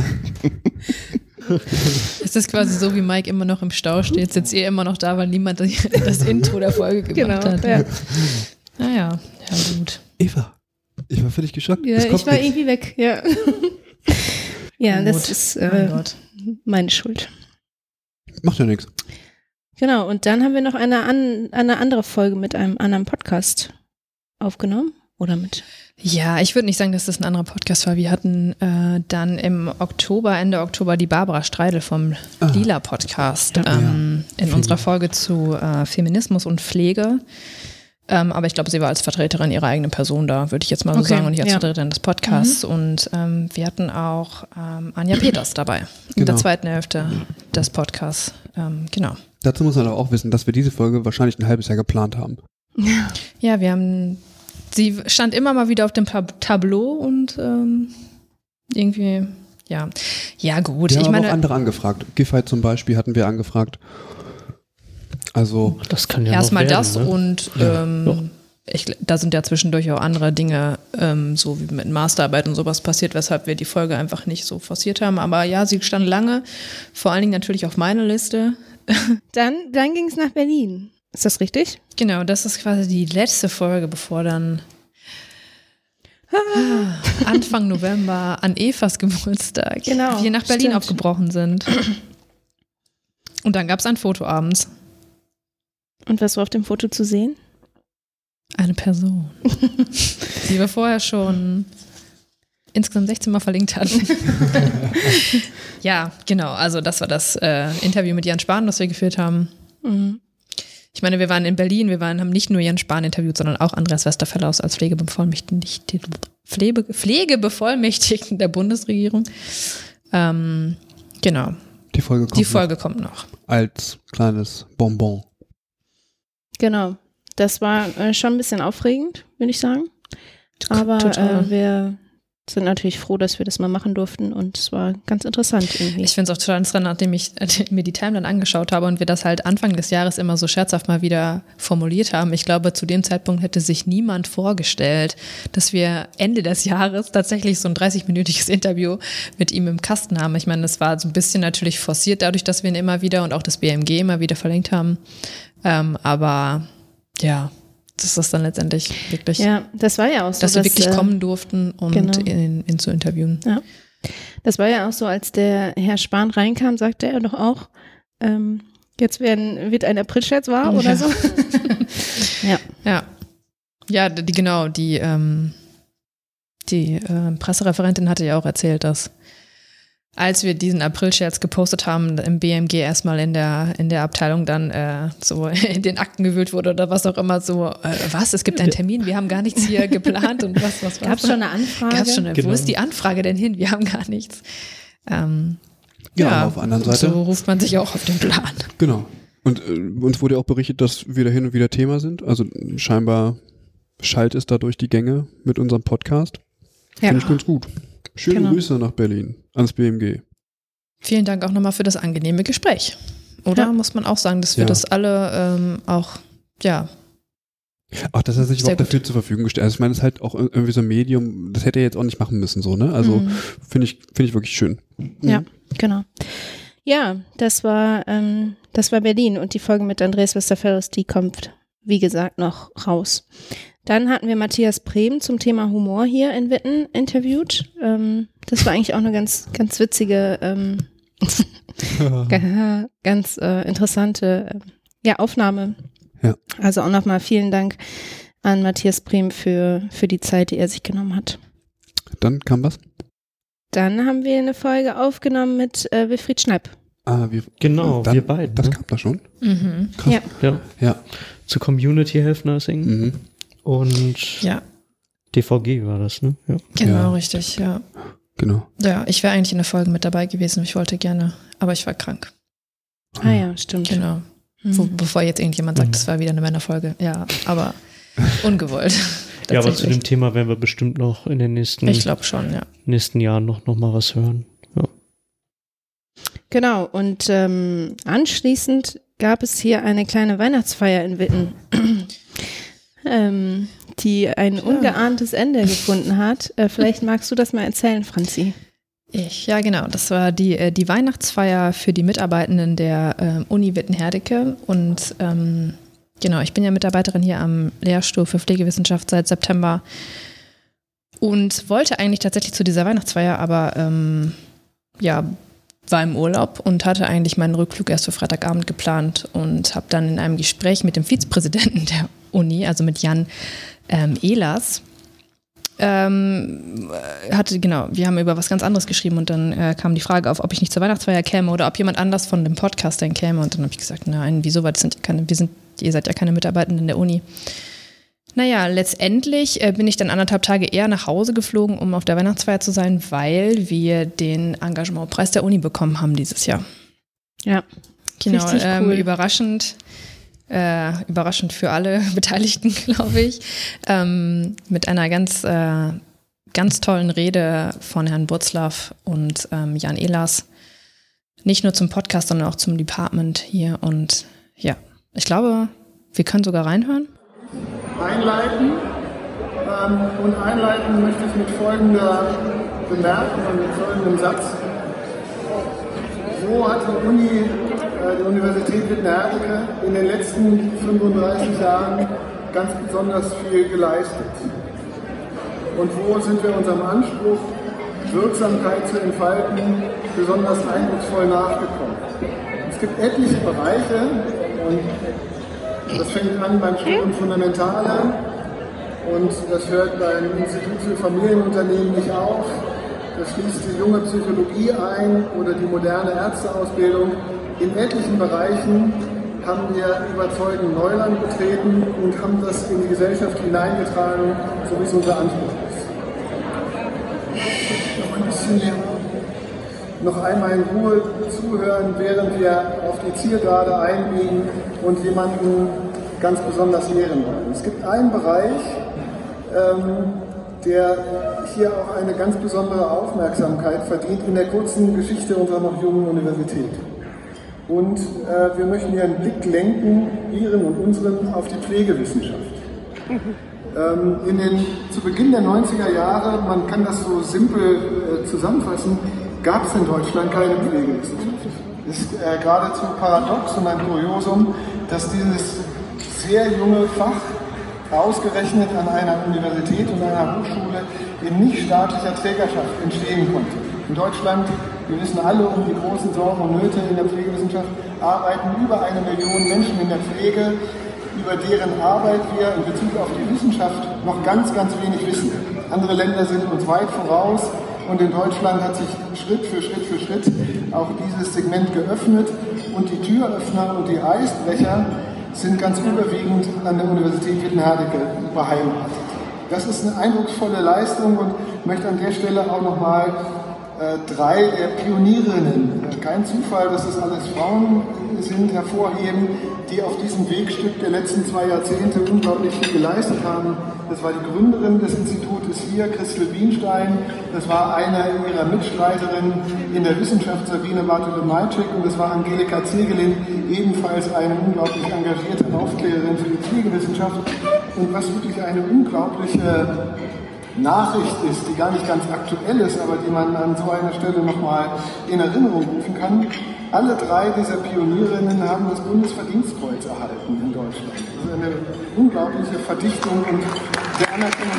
Es ist quasi so, wie Mike immer noch im Stau steht, sitzt ihr immer noch da, weil niemand das Intro der Folge gemacht hat. Ja. Naja, ja gut. Eva, ich war völlig geschockt. Ja, ich war irgendwie weg, ja. Ja, das ist meine Schuld. Macht ja nichts. Genau, und dann haben wir noch eine andere Folge mit einem anderen Podcast aufgenommen. Oder mit? Ja, ich würde nicht sagen, dass das ein anderer Podcast war. Wir hatten dann im Oktober, Ende Oktober, die Barbara Streidel vom Lila-Podcast in unserer Folge zu Feminismus und Pflege. Aber ich glaube, sie war als Vertreterin ihrer eigenen Person da, würde ich jetzt mal so sagen, und nicht als Vertreterin des Podcasts. Und wir hatten auch Anja Peters dabei, in der zweiten Hälfte des Podcasts. Genau. Dazu muss man aber auch wissen, dass wir diese Folge wahrscheinlich ein halbes Jahr geplant haben. Ja, sie stand immer mal wieder auf dem Tableau und irgendwie, ja gut. Wir haben auch andere angefragt. Giffey zum Beispiel hatten wir angefragt. Also das kann ja erstmal das, ne? Und da sind ja zwischendurch auch andere Dinge, so wie mit Masterarbeit und sowas passiert, weshalb wir die Folge einfach nicht so forciert haben. Aber ja, sie stand lange, vor allen Dingen natürlich auf meiner Liste. Dann ging es nach Berlin. Ist das richtig? Genau, das ist quasi die letzte Folge, bevor dann Anfang November an Evas Geburtstag. Genau, wir nach Berlin stimmt. aufgebrochen sind. Und dann gab es ein Foto abends. Und was war auf dem Foto zu sehen? Eine Person, die wir vorher schon insgesamt 16 Mal verlinkt hatten. Ja, genau. Also das war das Interview mit Jan Spahn, das wir geführt haben. Mhm. Ich meine, wir waren in Berlin, haben nicht nur Jan Spahn interviewt, sondern auch Andreas Westerfeller als Pflegebevollmächtigten der Bundesregierung. Genau. Die Folge kommt noch. Als kleines Bonbon. Genau. Das war schon ein bisschen aufregend, würde ich sagen. Aber wir sind natürlich froh, dass wir das mal machen durften und es war ganz interessant irgendwie. Ich finde es auch total interessant, nachdem ich mir die Timeline angeschaut habe und wir das halt Anfang des Jahres immer so scherzhaft mal wieder formuliert haben. Ich glaube, zu dem Zeitpunkt hätte sich niemand vorgestellt, dass wir Ende des Jahres tatsächlich so ein 30-minütiges Interview mit ihm im Kasten haben. Ich meine, das war so ein bisschen natürlich forciert dadurch, dass wir ihn immer wieder und auch das BMG immer wieder verlinkt haben. Aber ja, das ist dann letztendlich wirklich, ja, das war ja auch so, dass wir wirklich kommen durften und genau. ihn zu interviewen. Ja. Das war ja auch so, als der Herr Spahn reinkam, sagte er doch auch, jetzt wird ein Aprilscherz wahr oder so. Ja, die Pressereferentin hatte ja auch erzählt, dass als wir diesen Aprilscherz gepostet haben, im BMG erstmal in der Abteilung dann so in den Akten gewühlt wurde oder was auch immer, so, was, es gibt einen Termin, wir haben gar nichts hier geplant und was Gab es schon eine Anfrage? Wo ist die Anfrage denn hin? Wir haben gar nichts. Ja, auf der anderen Seite. So ruft man sich auch auf den Plan. Genau. Und uns wurde auch berichtet, dass wir da hin und wieder Thema sind. Also scheinbar schallt es da durch die Gänge mit unserem Podcast. Ja. Finde ich ganz gut. Schöne Genau. Grüße nach Berlin, ans BMG. Vielen Dank auch nochmal für das angenehme Gespräch. Oder Ja. muss man auch sagen, dass wir das alle auch, Ach, dass er sich Sehr überhaupt dafür zur Verfügung gestellt hat. Also ich meine, es ist halt auch irgendwie so ein Medium, das hätte er jetzt auch nicht machen müssen, so, ne? Also finde ich wirklich schön. Ja, genau. Ja, das war Berlin und die Folge mit Andreas Westerfels, die kommt, wie gesagt, noch raus. Dann hatten wir Matthias Brehm zum Thema Humor hier in Witten interviewt. Das war eigentlich auch eine ganz, ganz witzige, ganz interessante Aufnahme. Ja. Also auch nochmal vielen Dank an Matthias Brehm für die Zeit, die er sich genommen hat. Dann kam was? Dann haben wir eine Folge aufgenommen mit Wilfried Schneip. Wir beide. Das kam da schon? Mhm. Krass. Ja. Zu Community Health Nursing. Mhm. Und DVG war das, ne? Ja. Genau, Ja. richtig, ja. Genau. Ja, ich wäre eigentlich in der Folge mit dabei gewesen. Ich wollte gerne, aber ich war krank. Ah ja, stimmt. Genau. Mhm. Bevor jetzt irgendjemand sagt, das war wieder eine Männerfolge. Ja, aber ungewollt. Ja, aber zu dem Thema werden wir bestimmt noch in den nächsten Jahren noch mal was hören. Ja. Genau, und anschließend gab es hier eine kleine Weihnachtsfeier in Witten, die ein ungeahntes Ende gefunden hat. Vielleicht magst du das mal erzählen, Franzi. Ja, genau. Das war die Weihnachtsfeier für die Mitarbeitenden der Uni Witten-Herdecke. Und genau, ich bin ja Mitarbeiterin hier am Lehrstuhl für Pflegewissenschaft seit September und wollte eigentlich tatsächlich zu dieser Weihnachtsfeier, aber war im Urlaub und hatte eigentlich meinen Rückflug erst für Freitagabend geplant und habe dann in einem Gespräch mit dem Vizepräsidenten der Uni, also mit Jan Ehlers, wir haben über was ganz anderes geschrieben und dann kam die Frage auf, ob ich nicht zur Weihnachtsfeier käme oder ob jemand anders von dem Podcast dann käme und dann habe ich gesagt, nein, wieso, weil ihr seid ja keine Mitarbeitenden der Uni. Naja, letztendlich bin ich dann 1,5 Tage eher nach Hause geflogen, um auf der Weihnachtsfeier zu sein, weil wir den Engagementpreis der Uni bekommen haben dieses Jahr. Ja, genau, cool. Überraschend für alle Beteiligten, glaube ich, mit einer ganz tollen Rede von Herrn Butzlaff und Jan Ehlers. Nicht nur zum Podcast, sondern auch zum Department hier. Und ja, ich glaube, wir können sogar reinhören. Einleiten möchte ich mit folgender Bemerkung und mit folgendem Satz. So hat die Universität Witten-Herdecke in den letzten 35 Jahren ganz besonders viel geleistet. und wo sind wir unserem Anspruch, Wirksamkeit zu entfalten, besonders eindrucksvoll nachgekommen. Es gibt etliche Bereiche, und das fängt an beim Studium Fundamentale und das hört beim Institut für Familienunternehmen nicht auf. Das schließt die junge Psychologie ein oder die moderne Ärzteausbildung. In etlichen Bereichen haben wir überzeugend Neuland betreten und haben das in die Gesellschaft hineingetragen, so wie es unser Anspruch ist. Noch ein bisschen mehr. Noch einmal in Ruhe zuhören, während wir auf die Zielgerade einbiegen und jemanden ganz besonders ehren wollen. Es gibt einen Bereich, der hier auch eine ganz besondere Aufmerksamkeit verdient in der kurzen Geschichte unserer noch jungen Universität. Und wir möchten hier einen Blick lenken, Ihren und unseren, auf die Pflegewissenschaft. Zu Beginn der 90er Jahre, man kann das so simpel zusammenfassen, gab es in Deutschland keine Pflegewissenschaft. Es ist geradezu paradox und ein Kuriosum, dass dieses sehr junge Fach ausgerechnet an einer Universität und einer Hochschule in nichtstaatlicher Trägerschaft entstehen konnte. In Deutschland, wir wissen alle um die großen Sorgen und Nöte in der Pflegewissenschaft, arbeiten über 1 Million Menschen in der Pflege, über deren Arbeit wir in Bezug auf die Wissenschaft noch ganz, ganz wenig wissen. Andere Länder sind uns weit voraus und in Deutschland hat sich Schritt für Schritt auch dieses Segment geöffnet und die Türöffner und die Eisbrecher sind ganz überwiegend an der Universität Wittenherdecke beheimatet. Das ist eine eindrucksvolle Leistung und ich möchte an der Stelle auch nochmal 3 der Pionierinnen, kein Zufall, dass das alles Frauen sind, hervorheben, die auf diesem Wegstück der letzten 2 Jahrzehnte unglaublich viel geleistet haben. Das war die Gründerin des Institutes hier, Christel Bienstein. Das war eine ihrer Mitstreiterinnen in der Wissenschaft, Sabine Bartolomajczyk. Und das war Angelika Zegelin, ebenfalls eine unglaublich engagierte Aufklärerin für die Pflegewissenschaft. Und was wirklich eine unglaubliche Nachricht ist, die gar nicht ganz aktuell ist, aber die man an so einer Stelle nochmal in Erinnerung rufen kann. Alle 3 dieser Pionierinnen haben das Bundesverdienstkreuz erhalten in Deutschland. Das ist eine unglaubliche Verdichtung und der Anerkennung.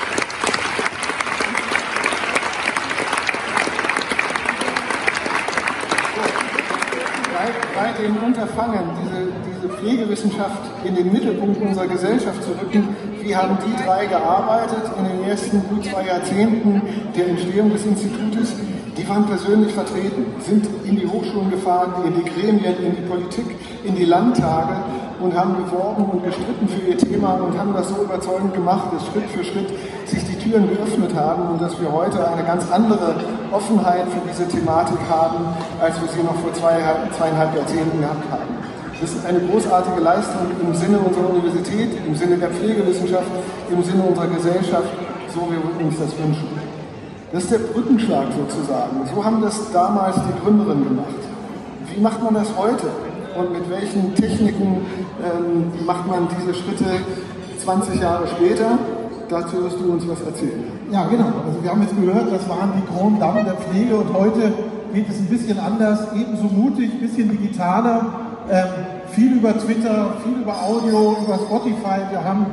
Bei dem Unterfangen, diese Pflegewissenschaft in den Mittelpunkt unserer Gesellschaft zu rücken, wie haben die 3 gearbeitet in den ersten gut 2 Jahrzehnten der Entstehung des Institutes? Die waren persönlich vertreten, sind in die Hochschulen gefahren, in die Gremien, in die Politik, in die Landtage und haben geworben und gestritten für ihr Thema und haben das so überzeugend gemacht, dass Schritt für Schritt sich die Türen geöffnet haben und dass wir heute eine ganz andere Offenheit für diese Thematik haben, als wir sie noch vor 2,5 Jahrzehnten gehabt haben. Das ist eine großartige Leistung im Sinne unserer Universität, im Sinne der Pflegewissenschaft, im Sinne unserer Gesellschaft, so wie wir uns das wünschen. Das ist der Brückenschlag sozusagen. So haben das damals die Gründerinnen gemacht. Wie macht man das heute? Und mit welchen Techniken macht man diese Schritte 20 Jahre später? Dazu wirst du uns was erzählen. Ja, genau. Also wir haben jetzt gehört, das waren die Grand Damen der Pflege und heute geht es ein bisschen anders, ebenso mutig, ein bisschen digitaler. Viel über Twitter, viel über Audio, über Spotify. Wir haben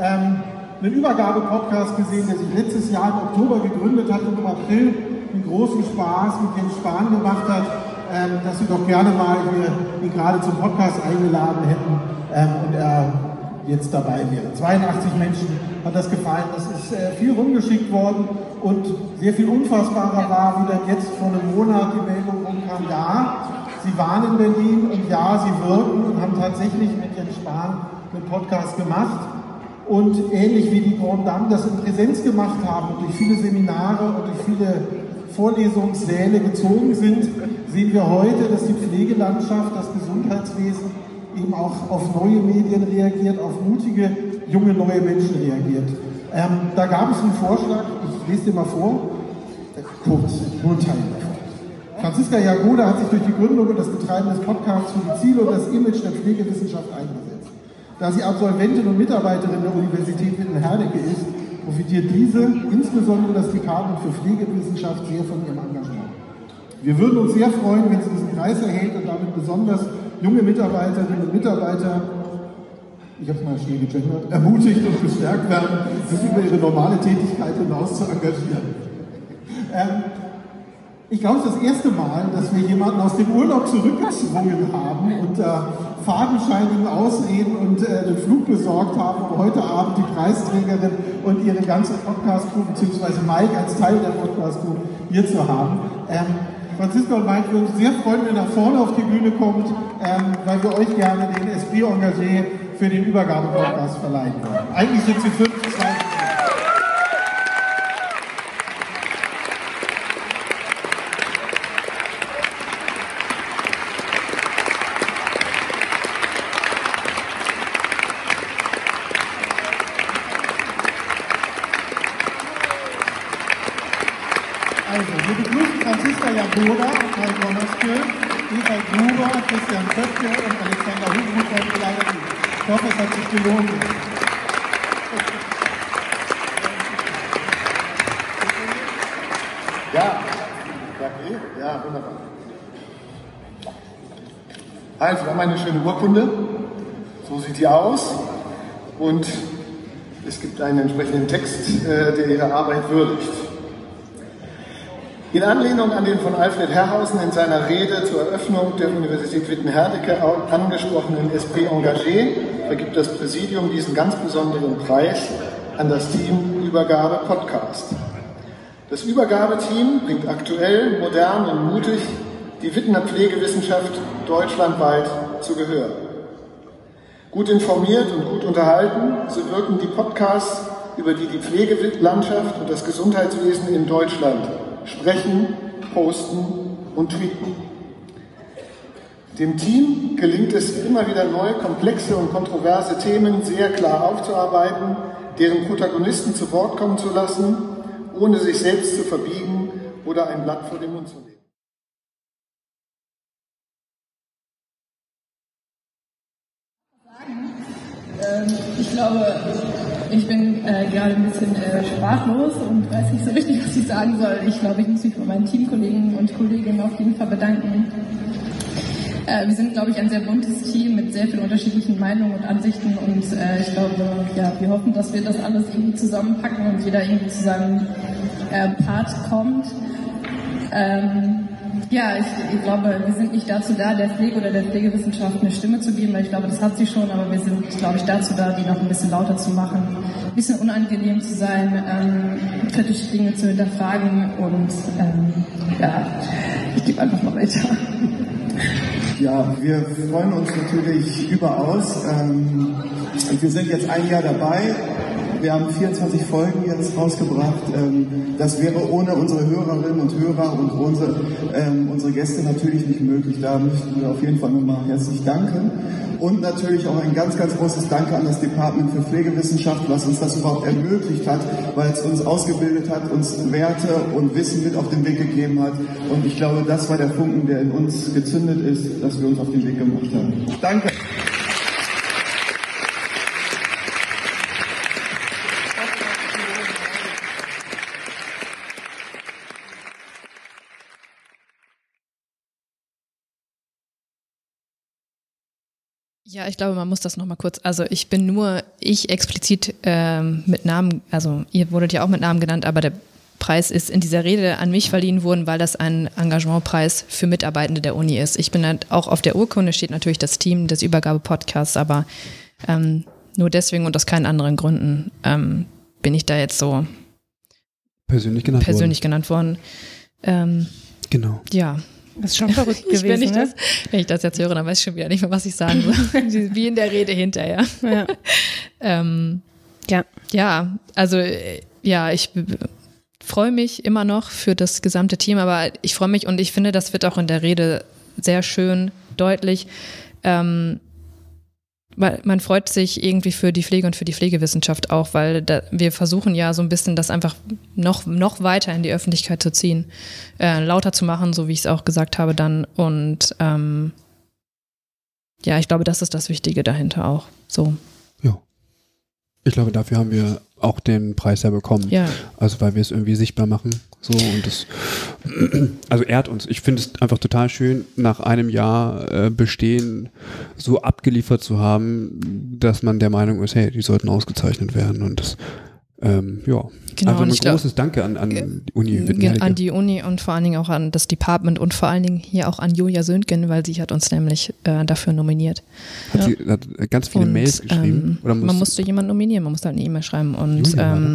einen Übergabe-Podcast gesehen, der sich letztes Jahr im Oktober gegründet hat und im April einen großen Spaß mit Jens Spahn gemacht hat, dass wir doch gerne mal ihn gerade zum Podcast eingeladen hätten und er jetzt dabei wäre. 82 Menschen hat das gefallen. Das ist viel rumgeschickt worden und sehr viel unfassbarer war, wie dann jetzt vor einem Monat die Meldung rumkam, ja, Sie waren in Berlin und ja, Sie wirken und haben tatsächlich mit Jens Spahn einen Podcast gemacht. Und ähnlich wie die Grand Damen das in Präsenz gemacht haben und durch viele Seminare und durch viele Vorlesungssäle gezogen sind, sehen wir heute, dass die Pflegelandschaft, das Gesundheitswesen eben auch auf neue Medien reagiert, auf mutige, junge, neue Menschen reagiert. Da gab es einen Vorschlag, ich lese dir mal vor, kurz, nur ein Teil davon. Franziska Jagoda hat sich durch die Gründung und das Betreiben des Podcasts für die Ziele und das Image der Pflegewissenschaft eingesetzt. Da sie Absolventin und Mitarbeiterin der Universität Wittenherdecke ist, profitiert diese, insbesondere das Dekaden für Pflegewissenschaft, sehr von ihrem Engagement. Wir würden uns sehr freuen, wenn sie diesen Preis erhält und damit besonders junge Mitarbeiterinnen und Mitarbeiter ich habe es mal schnell gegendert, ermutigt und bestärkt werden, sich über ihre normale Tätigkeit hinaus zu engagieren. Ich glaube, es ist das erste Mal, dass wir jemanden aus dem Urlaub zurückgezwungen haben und fadenscheinigen Ausreden und den Flug besorgt haben, um heute Abend die Preisträgerin und ihre ganze Podcast-Crew, beziehungsweise Mike als Teil der Podcast-Crew hier zu haben. Franziska und Mike würden uns sehr freuen, wenn ihr nach vorne auf die Bühne kommt, weil wir euch gerne den Esprit Engagé für den Übergabe-Podcast verleihen wollen. Eigentlich sind sie 5, 2. Wir begrüßen Franziska Jagoda und Kai Donnerske, Eva Gruber, Christian Köpke und Alexander Hubruck heute leider nicht. Ich hoffe, es hat sich gelohnt. Ja, okay. Ja, wunderbar. Also, wir haben eine schöne Urkunde. So sieht die aus. Und es gibt einen entsprechenden Text, der ihre Arbeit würdigt. In Anlehnung an den von Alfred Herrhausen in seiner Rede zur Eröffnung der Universität Witten-Herdecke angesprochenen Esprit Engagé vergibt das Präsidium diesen ganz besonderen Preis an das Team Übergabe Podcast. Das Übergabeteam bringt aktuell, modern und mutig die Wittener Pflegewissenschaft deutschlandweit zu Gehör. Gut informiert und gut unterhalten, so wirken die Podcasts, über die die Pflegelandschaft und das Gesundheitswesen in Deutschland sprechen, posten und tweeten. Dem Team gelingt es immer wieder neu, komplexe und kontroverse Themen sehr klar aufzuarbeiten, deren Protagonisten zu Wort kommen zu lassen, ohne sich selbst zu verbiegen oder ein Blatt vor den Mund zu nehmen. Ich glaube, ich bin gerade ein bisschen sprachlos und weiß nicht so richtig, was ich sagen soll. Ich glaube, ich muss mich bei meinen Teamkollegen und Kolleginnen auf jeden Fall bedanken. Wir sind, glaube ich, ein sehr buntes Team mit sehr vielen unterschiedlichen Meinungen und Ansichten und ich glaube, ja, wir hoffen, dass wir das alles irgendwie zusammenpacken und jeder irgendwie zu seinem Part kommt. Ja, ich glaube, wir sind nicht dazu da, der Pflege oder der Pflegewissenschaft eine Stimme zu geben, weil ich glaube, das hat sie schon, aber wir sind, glaube ich, dazu da, die noch ein bisschen lauter zu machen, ein bisschen unangenehm zu sein, kritische Dinge zu hinterfragen und ja, ich gebe einfach mal weiter. Ja, wir freuen uns natürlich überaus. Wir sind jetzt ein Jahr dabei. Wir haben 24 Folgen jetzt rausgebracht. Das wäre ohne unsere Hörerinnen und Hörer und unsere Gäste natürlich nicht möglich. Da möchten wir auf jeden Fall nochmal herzlich danken. Und natürlich auch ein ganz, ganz großes Danke an das Department für Pflegewissenschaft, was uns das überhaupt ermöglicht hat, weil es uns ausgebildet hat, uns Werte und Wissen mit auf den Weg gegeben hat. Und ich glaube, das war der Funken, der in uns gezündet ist, dass wir uns auf den Weg gemacht haben. Danke. Ja, ich glaube, man muss das nochmal kurz, also ich explizit mit Namen, also ihr wurdet ja auch mit Namen genannt, aber der Preis ist in dieser Rede an mich verliehen worden, weil das ein Engagementpreis für Mitarbeitende der Uni ist. Ich bin halt auch auf der Urkunde steht natürlich das Team des Übergabe-Podcasts, aber nur deswegen und aus keinen anderen Gründen bin ich da jetzt so persönlich genannt worden. Genau. Ja. Das ist schon verrückt gewesen, wenn ich das jetzt höre, dann weiß ich schon wieder nicht mehr, was ich sagen soll. Wie in der Rede hinterher. Ja. Ja, also ja, ich freue mich immer noch für das gesamte Team, aber ich freue mich und ich finde, das wird auch in der Rede sehr schön deutlich. Weil man freut sich irgendwie für die Pflege und für die Pflegewissenschaft auch, weil wir versuchen ja so ein bisschen das einfach noch weiter in die Öffentlichkeit zu ziehen, lauter zu machen, so wie ich es auch gesagt habe dann. Und ja, ich glaube, das ist das Wichtige dahinter auch. So. Ja. Ich glaube, dafür haben wir auch den Preis ja bekommen. Ja. Also weil wir es irgendwie sichtbar machen. So und das also ehrt uns. Ich finde es einfach total schön, nach einem Jahr Bestehen so abgeliefert zu haben, dass man der Meinung ist, hey, die sollten ausgezeichnet werden. Und das Genau, einfach ein und großes Danke an die Uni Wittenherdecke. An die Uni und vor allen Dingen auch an das Department und vor allen Dingen hier auch an Julia Söntgen, weil sie hat uns nämlich dafür nominiert. Sie hat ganz viele Mails geschrieben? Oder man musste jemanden nominieren, man musste halt eine E-Mail schreiben und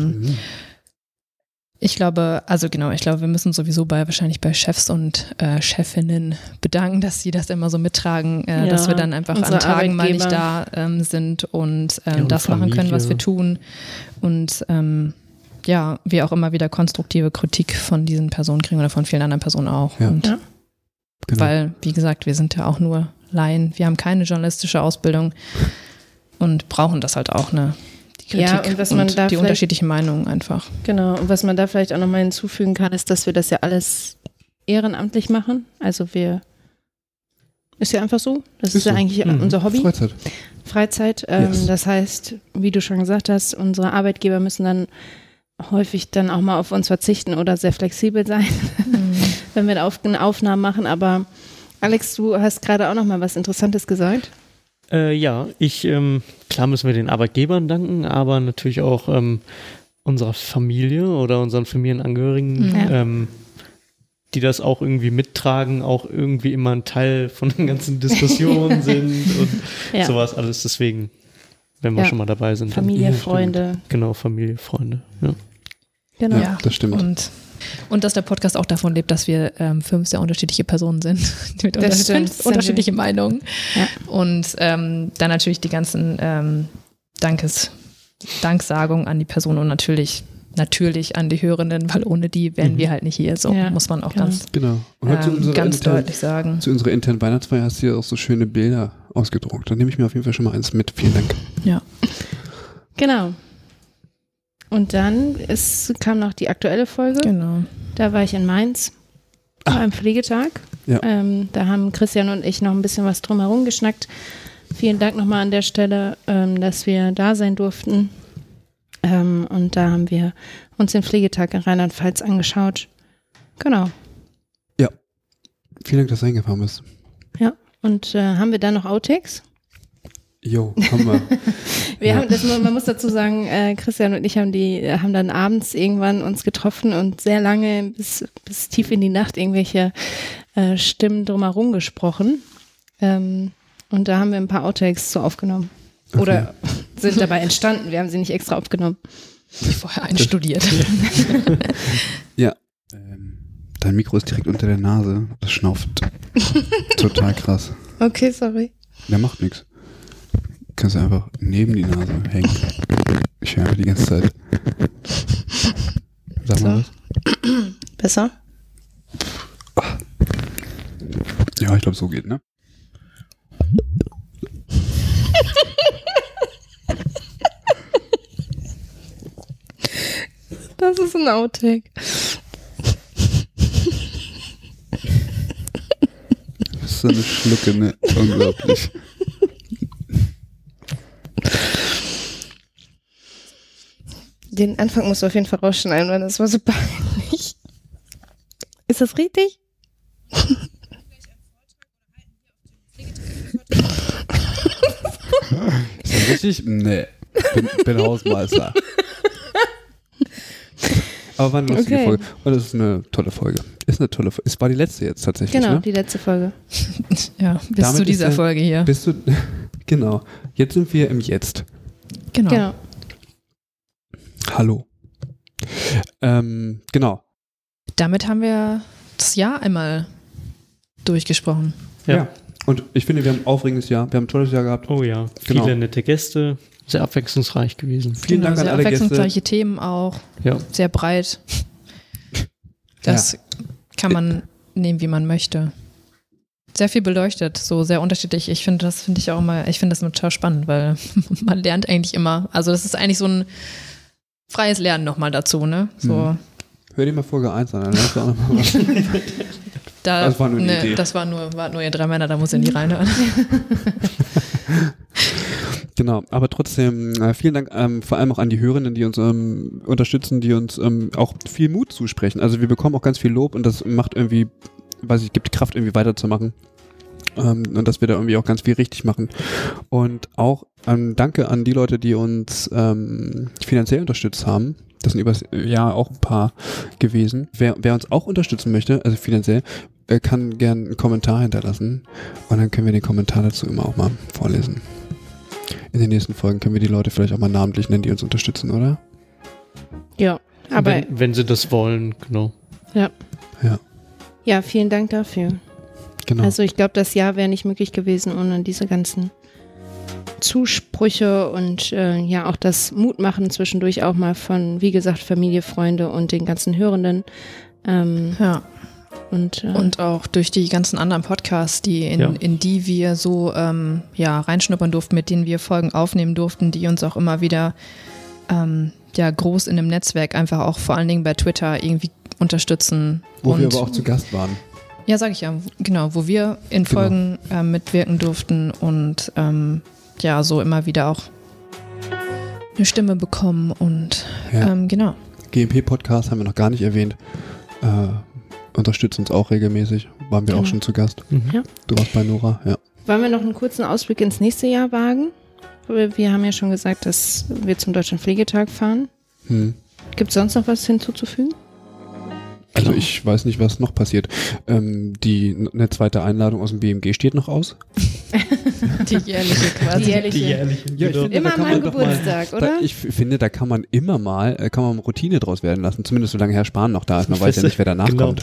ich glaube, wir müssen sowieso wahrscheinlich bei Chefs und Chefinnen bedanken, dass sie das immer so mittragen, dass wir dann einfach an Tagen mal nicht da sind und das machen können, was wir tun. Und wir auch immer wieder konstruktive Kritik von diesen Personen kriegen oder von vielen anderen Personen auch. Ja. Und Genau. weil, wie gesagt, wir sind ja auch nur Laien, wir haben keine journalistische Ausbildung und brauchen das halt auch, ne? Die Kritik und was man da die unterschiedlichen Meinungen einfach. Genau, und was man da vielleicht auch nochmal hinzufügen kann, ist, dass wir das ja alles ehrenamtlich machen. Also ist ja einfach so. Das ist ja so. eigentlich unser Hobby. Freizeit. Yes. Das heißt, wie du schon gesagt hast, unsere Arbeitgeber müssen dann häufig dann auch mal auf uns verzichten oder sehr flexibel sein, wenn wir Aufnahmen machen. Aber Alex, du hast gerade auch noch mal was Interessantes gesagt. Klar müssen wir den Arbeitgebern danken, aber natürlich auch unserer Familie oder unseren Familienangehörigen, die das auch irgendwie mittragen, auch irgendwie immer ein Teil von den ganzen Diskussionen sind und sowas alles. Deswegen, wenn wir schon mal dabei sind. Familie, Freunde. Genau, Familie, Freunde. Ja. Genau. Ja, das stimmt. Und dass der Podcast auch davon lebt, dass wir 5 sehr unterschiedliche Personen sind, mit unterschiedliche Meinungen. Ja. Und dann natürlich die ganzen Danksagungen an die Person und natürlich an die Hörenden, weil ohne die wären wir halt nicht hier. So muss man auch ganz deutlich sagen. Zu unserer internen Weihnachtsfeier hast du ja auch so schöne Bilder ausgedruckt. Da nehme ich mir auf jeden Fall schon mal eins mit. Vielen Dank. Ja. Genau. Und dann kam noch die aktuelle Folge. Genau. Da war ich in Mainz beim Pflegetag. Ja. Da haben Christian und ich noch ein bisschen was drumherum geschnackt. Vielen Dank nochmal an der Stelle, dass wir da sein durften. Und da haben wir uns den Pflegetag in Rheinland-Pfalz angeschaut. Genau. Ja. Vielen Dank, dass du hingefahren bist. Ja. Und haben wir da noch Outtakes? Jo, haben wir. Man muss dazu sagen, Christian und ich haben dann abends irgendwann uns getroffen und sehr lange bis tief in die Nacht irgendwelche Stimmen drumherum gesprochen. Und da haben wir ein paar Outtakes so aufgenommen. Okay. Oder sind dabei entstanden. Wir haben sie nicht extra aufgenommen. Vorher einstudiert. Ja. Dein Mikro ist direkt unter der Nase. Das schnauft total krass. Okay, sorry. Der macht nichts. Kannst du einfach neben die Nase hängen. Ich höre die ganze Zeit. Sag mal was. Besser? Ja, ich glaube, so geht, ne? Das ist ein Outtake. Das ist so eine Schlucke, ne? Unglaublich. Den Anfang musst du auf jeden Fall rausschneiden, weil das war so peinlich. Ist das richtig? Ist das richtig? Nee. Bin Hausmeister. Aber war eine lustige Folge. Und es ist eine tolle Folge. Es war die letzte jetzt tatsächlich. Genau, ne? die letzte Folge. Ja, bis zu dieser Folge hier. Genau. Jetzt sind wir im Jetzt. Genau. Hallo. Genau. Damit haben wir das Jahr einmal durchgesprochen. Ja. Und ich finde, wir haben ein aufregendes Jahr. Wir haben ein tolles Jahr gehabt. Oh ja. Genau. Viele nette Gäste. Sehr abwechslungsreich gewesen. Vielen Dank an alle Gäste. Sehr abwechslungsreiche Themen auch. Ja. Sehr breit. Das kann man nehmen, wie man möchte. Sehr viel beleuchtet, so sehr unterschiedlich. Ich finde das total spannend, weil man lernt eigentlich immer. Also das ist eigentlich so ein freies Lernen nochmal dazu, ne? So. Hör dir mal Folge 1 an, dann lernst du auch nochmal was. Das war nur eine Idee. Das war nur ihr 3 Männer, da muss ihr nie reinhören. Genau, aber trotzdem vielen Dank vor allem auch an die Hörenden, die uns unterstützen, die uns auch viel Mut zusprechen. Also wir bekommen auch ganz viel Lob und das macht irgendwie, gibt Kraft irgendwie weiterzumachen. Und dass wir da irgendwie auch ganz viel richtig machen. Und auch danke an die Leute, die uns finanziell unterstützt haben. Das sind übers Jahr auch ein paar gewesen. Wer uns auch unterstützen möchte, also finanziell, kann gerne einen Kommentar hinterlassen. Und dann können wir den Kommentar dazu immer auch mal vorlesen. In den nächsten Folgen können wir die Leute vielleicht auch mal namentlich nennen, die uns unterstützen, oder? Ja, aber... Wenn sie das wollen, genau. Ja. Ja. Ja, vielen Dank dafür. Genau. Also ich glaube, das Jahr wäre nicht möglich gewesen ohne diese ganzen Zusprüche und ja auch das Mutmachen zwischendurch auch mal von, wie gesagt, Familie, Freunde und den ganzen Hörenden. Ja. Und auch durch die ganzen anderen Podcasts, in die wir so reinschnuppern durften, mit denen wir Folgen aufnehmen durften, die uns auch immer wieder groß in dem Netzwerk einfach auch vor allen Dingen bei Twitter irgendwie unterstützen. Wo wir aber auch zu Gast waren. Ja, sage ich ja, genau, wo wir in Folgen mitwirken durften und so immer wieder auch eine Stimme bekommen und genau. GMP-Podcast haben wir noch gar nicht erwähnt. Unterstützt uns auch regelmäßig. Waren wir auch schon zu Gast. Ja. Du warst bei Nora, ja. Wollen wir noch einen kurzen Ausblick ins nächste Jahr wagen? Wir haben ja schon gesagt, dass wir zum Deutschen Pflegetag fahren. Gibt es sonst noch was hinzuzufügen? Also ich weiß nicht, was noch passiert. Eine zweite Einladung aus dem BMG steht noch aus. Die jährliche quasi. Die jährliche. Ja, ich finde, immer an meinem Geburtstag, oder? Ich finde, da kann man immer mal Routine draus werden lassen. Zumindest solange Herr Spahn noch da ist. Man weiß ja nicht, wer danach kommt.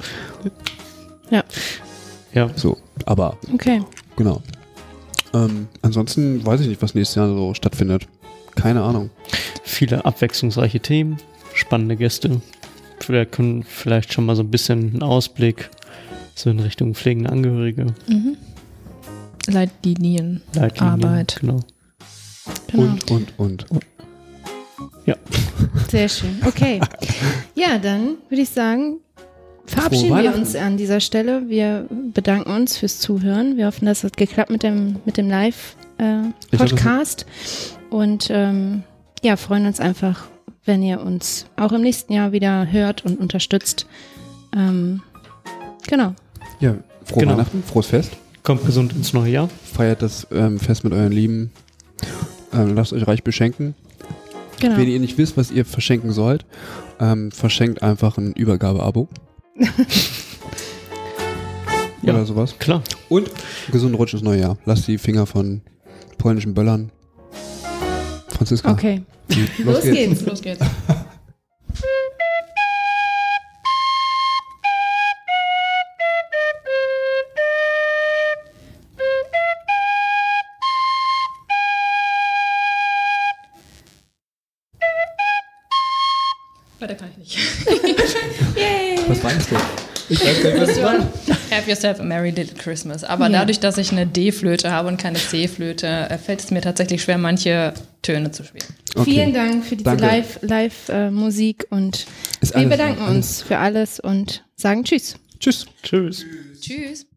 Ja. So, aber okay. Genau. Ansonsten weiß ich nicht, was nächstes Jahr so stattfindet. Keine Ahnung. Viele abwechslungsreiche Themen, spannende Gäste. Wir können vielleicht schon mal so ein bisschen einen Ausblick so in Richtung pflegende Angehörige. Leitlinien, Arbeit. Genau. Und. Ja. Sehr schön. Okay. Ja, dann würde ich sagen, verabschieden wir uns an dieser Stelle. Wir bedanken uns fürs Zuhören. Wir hoffen, das hat geklappt mit dem Live-Podcast. Und freuen uns einfach, wenn ihr uns auch im nächsten Jahr wieder hört und unterstützt. Genau. Ja, frohe Weihnachten, frohes Fest. Kommt gesund ins neue Jahr. Feiert das Fest mit euren Lieben. Lasst euch reich beschenken. Genau. Wenn ihr nicht wisst, was ihr verschenken sollt, verschenkt einfach ein Übergabe-Abo. Oder sowas. Klar. Und gesunden Rutsch ins neue Jahr. Lasst die Finger von polnischen Böllern. Franziska. Okay. Los geht's. Weiter kann ich nicht. Yay. Was meinst du? Ich weiß gar nicht, was es war. Have yourself a merry little Christmas. Aber dadurch, dass ich eine D-Flöte habe und keine C-Flöte, fällt es mir tatsächlich schwer, manche Töne zu spielen. Okay. Vielen Dank für diese Live-Musik und wir bedanken uns für alles und sagen Tschüss. Tschüss. Tschüss. Tschüss.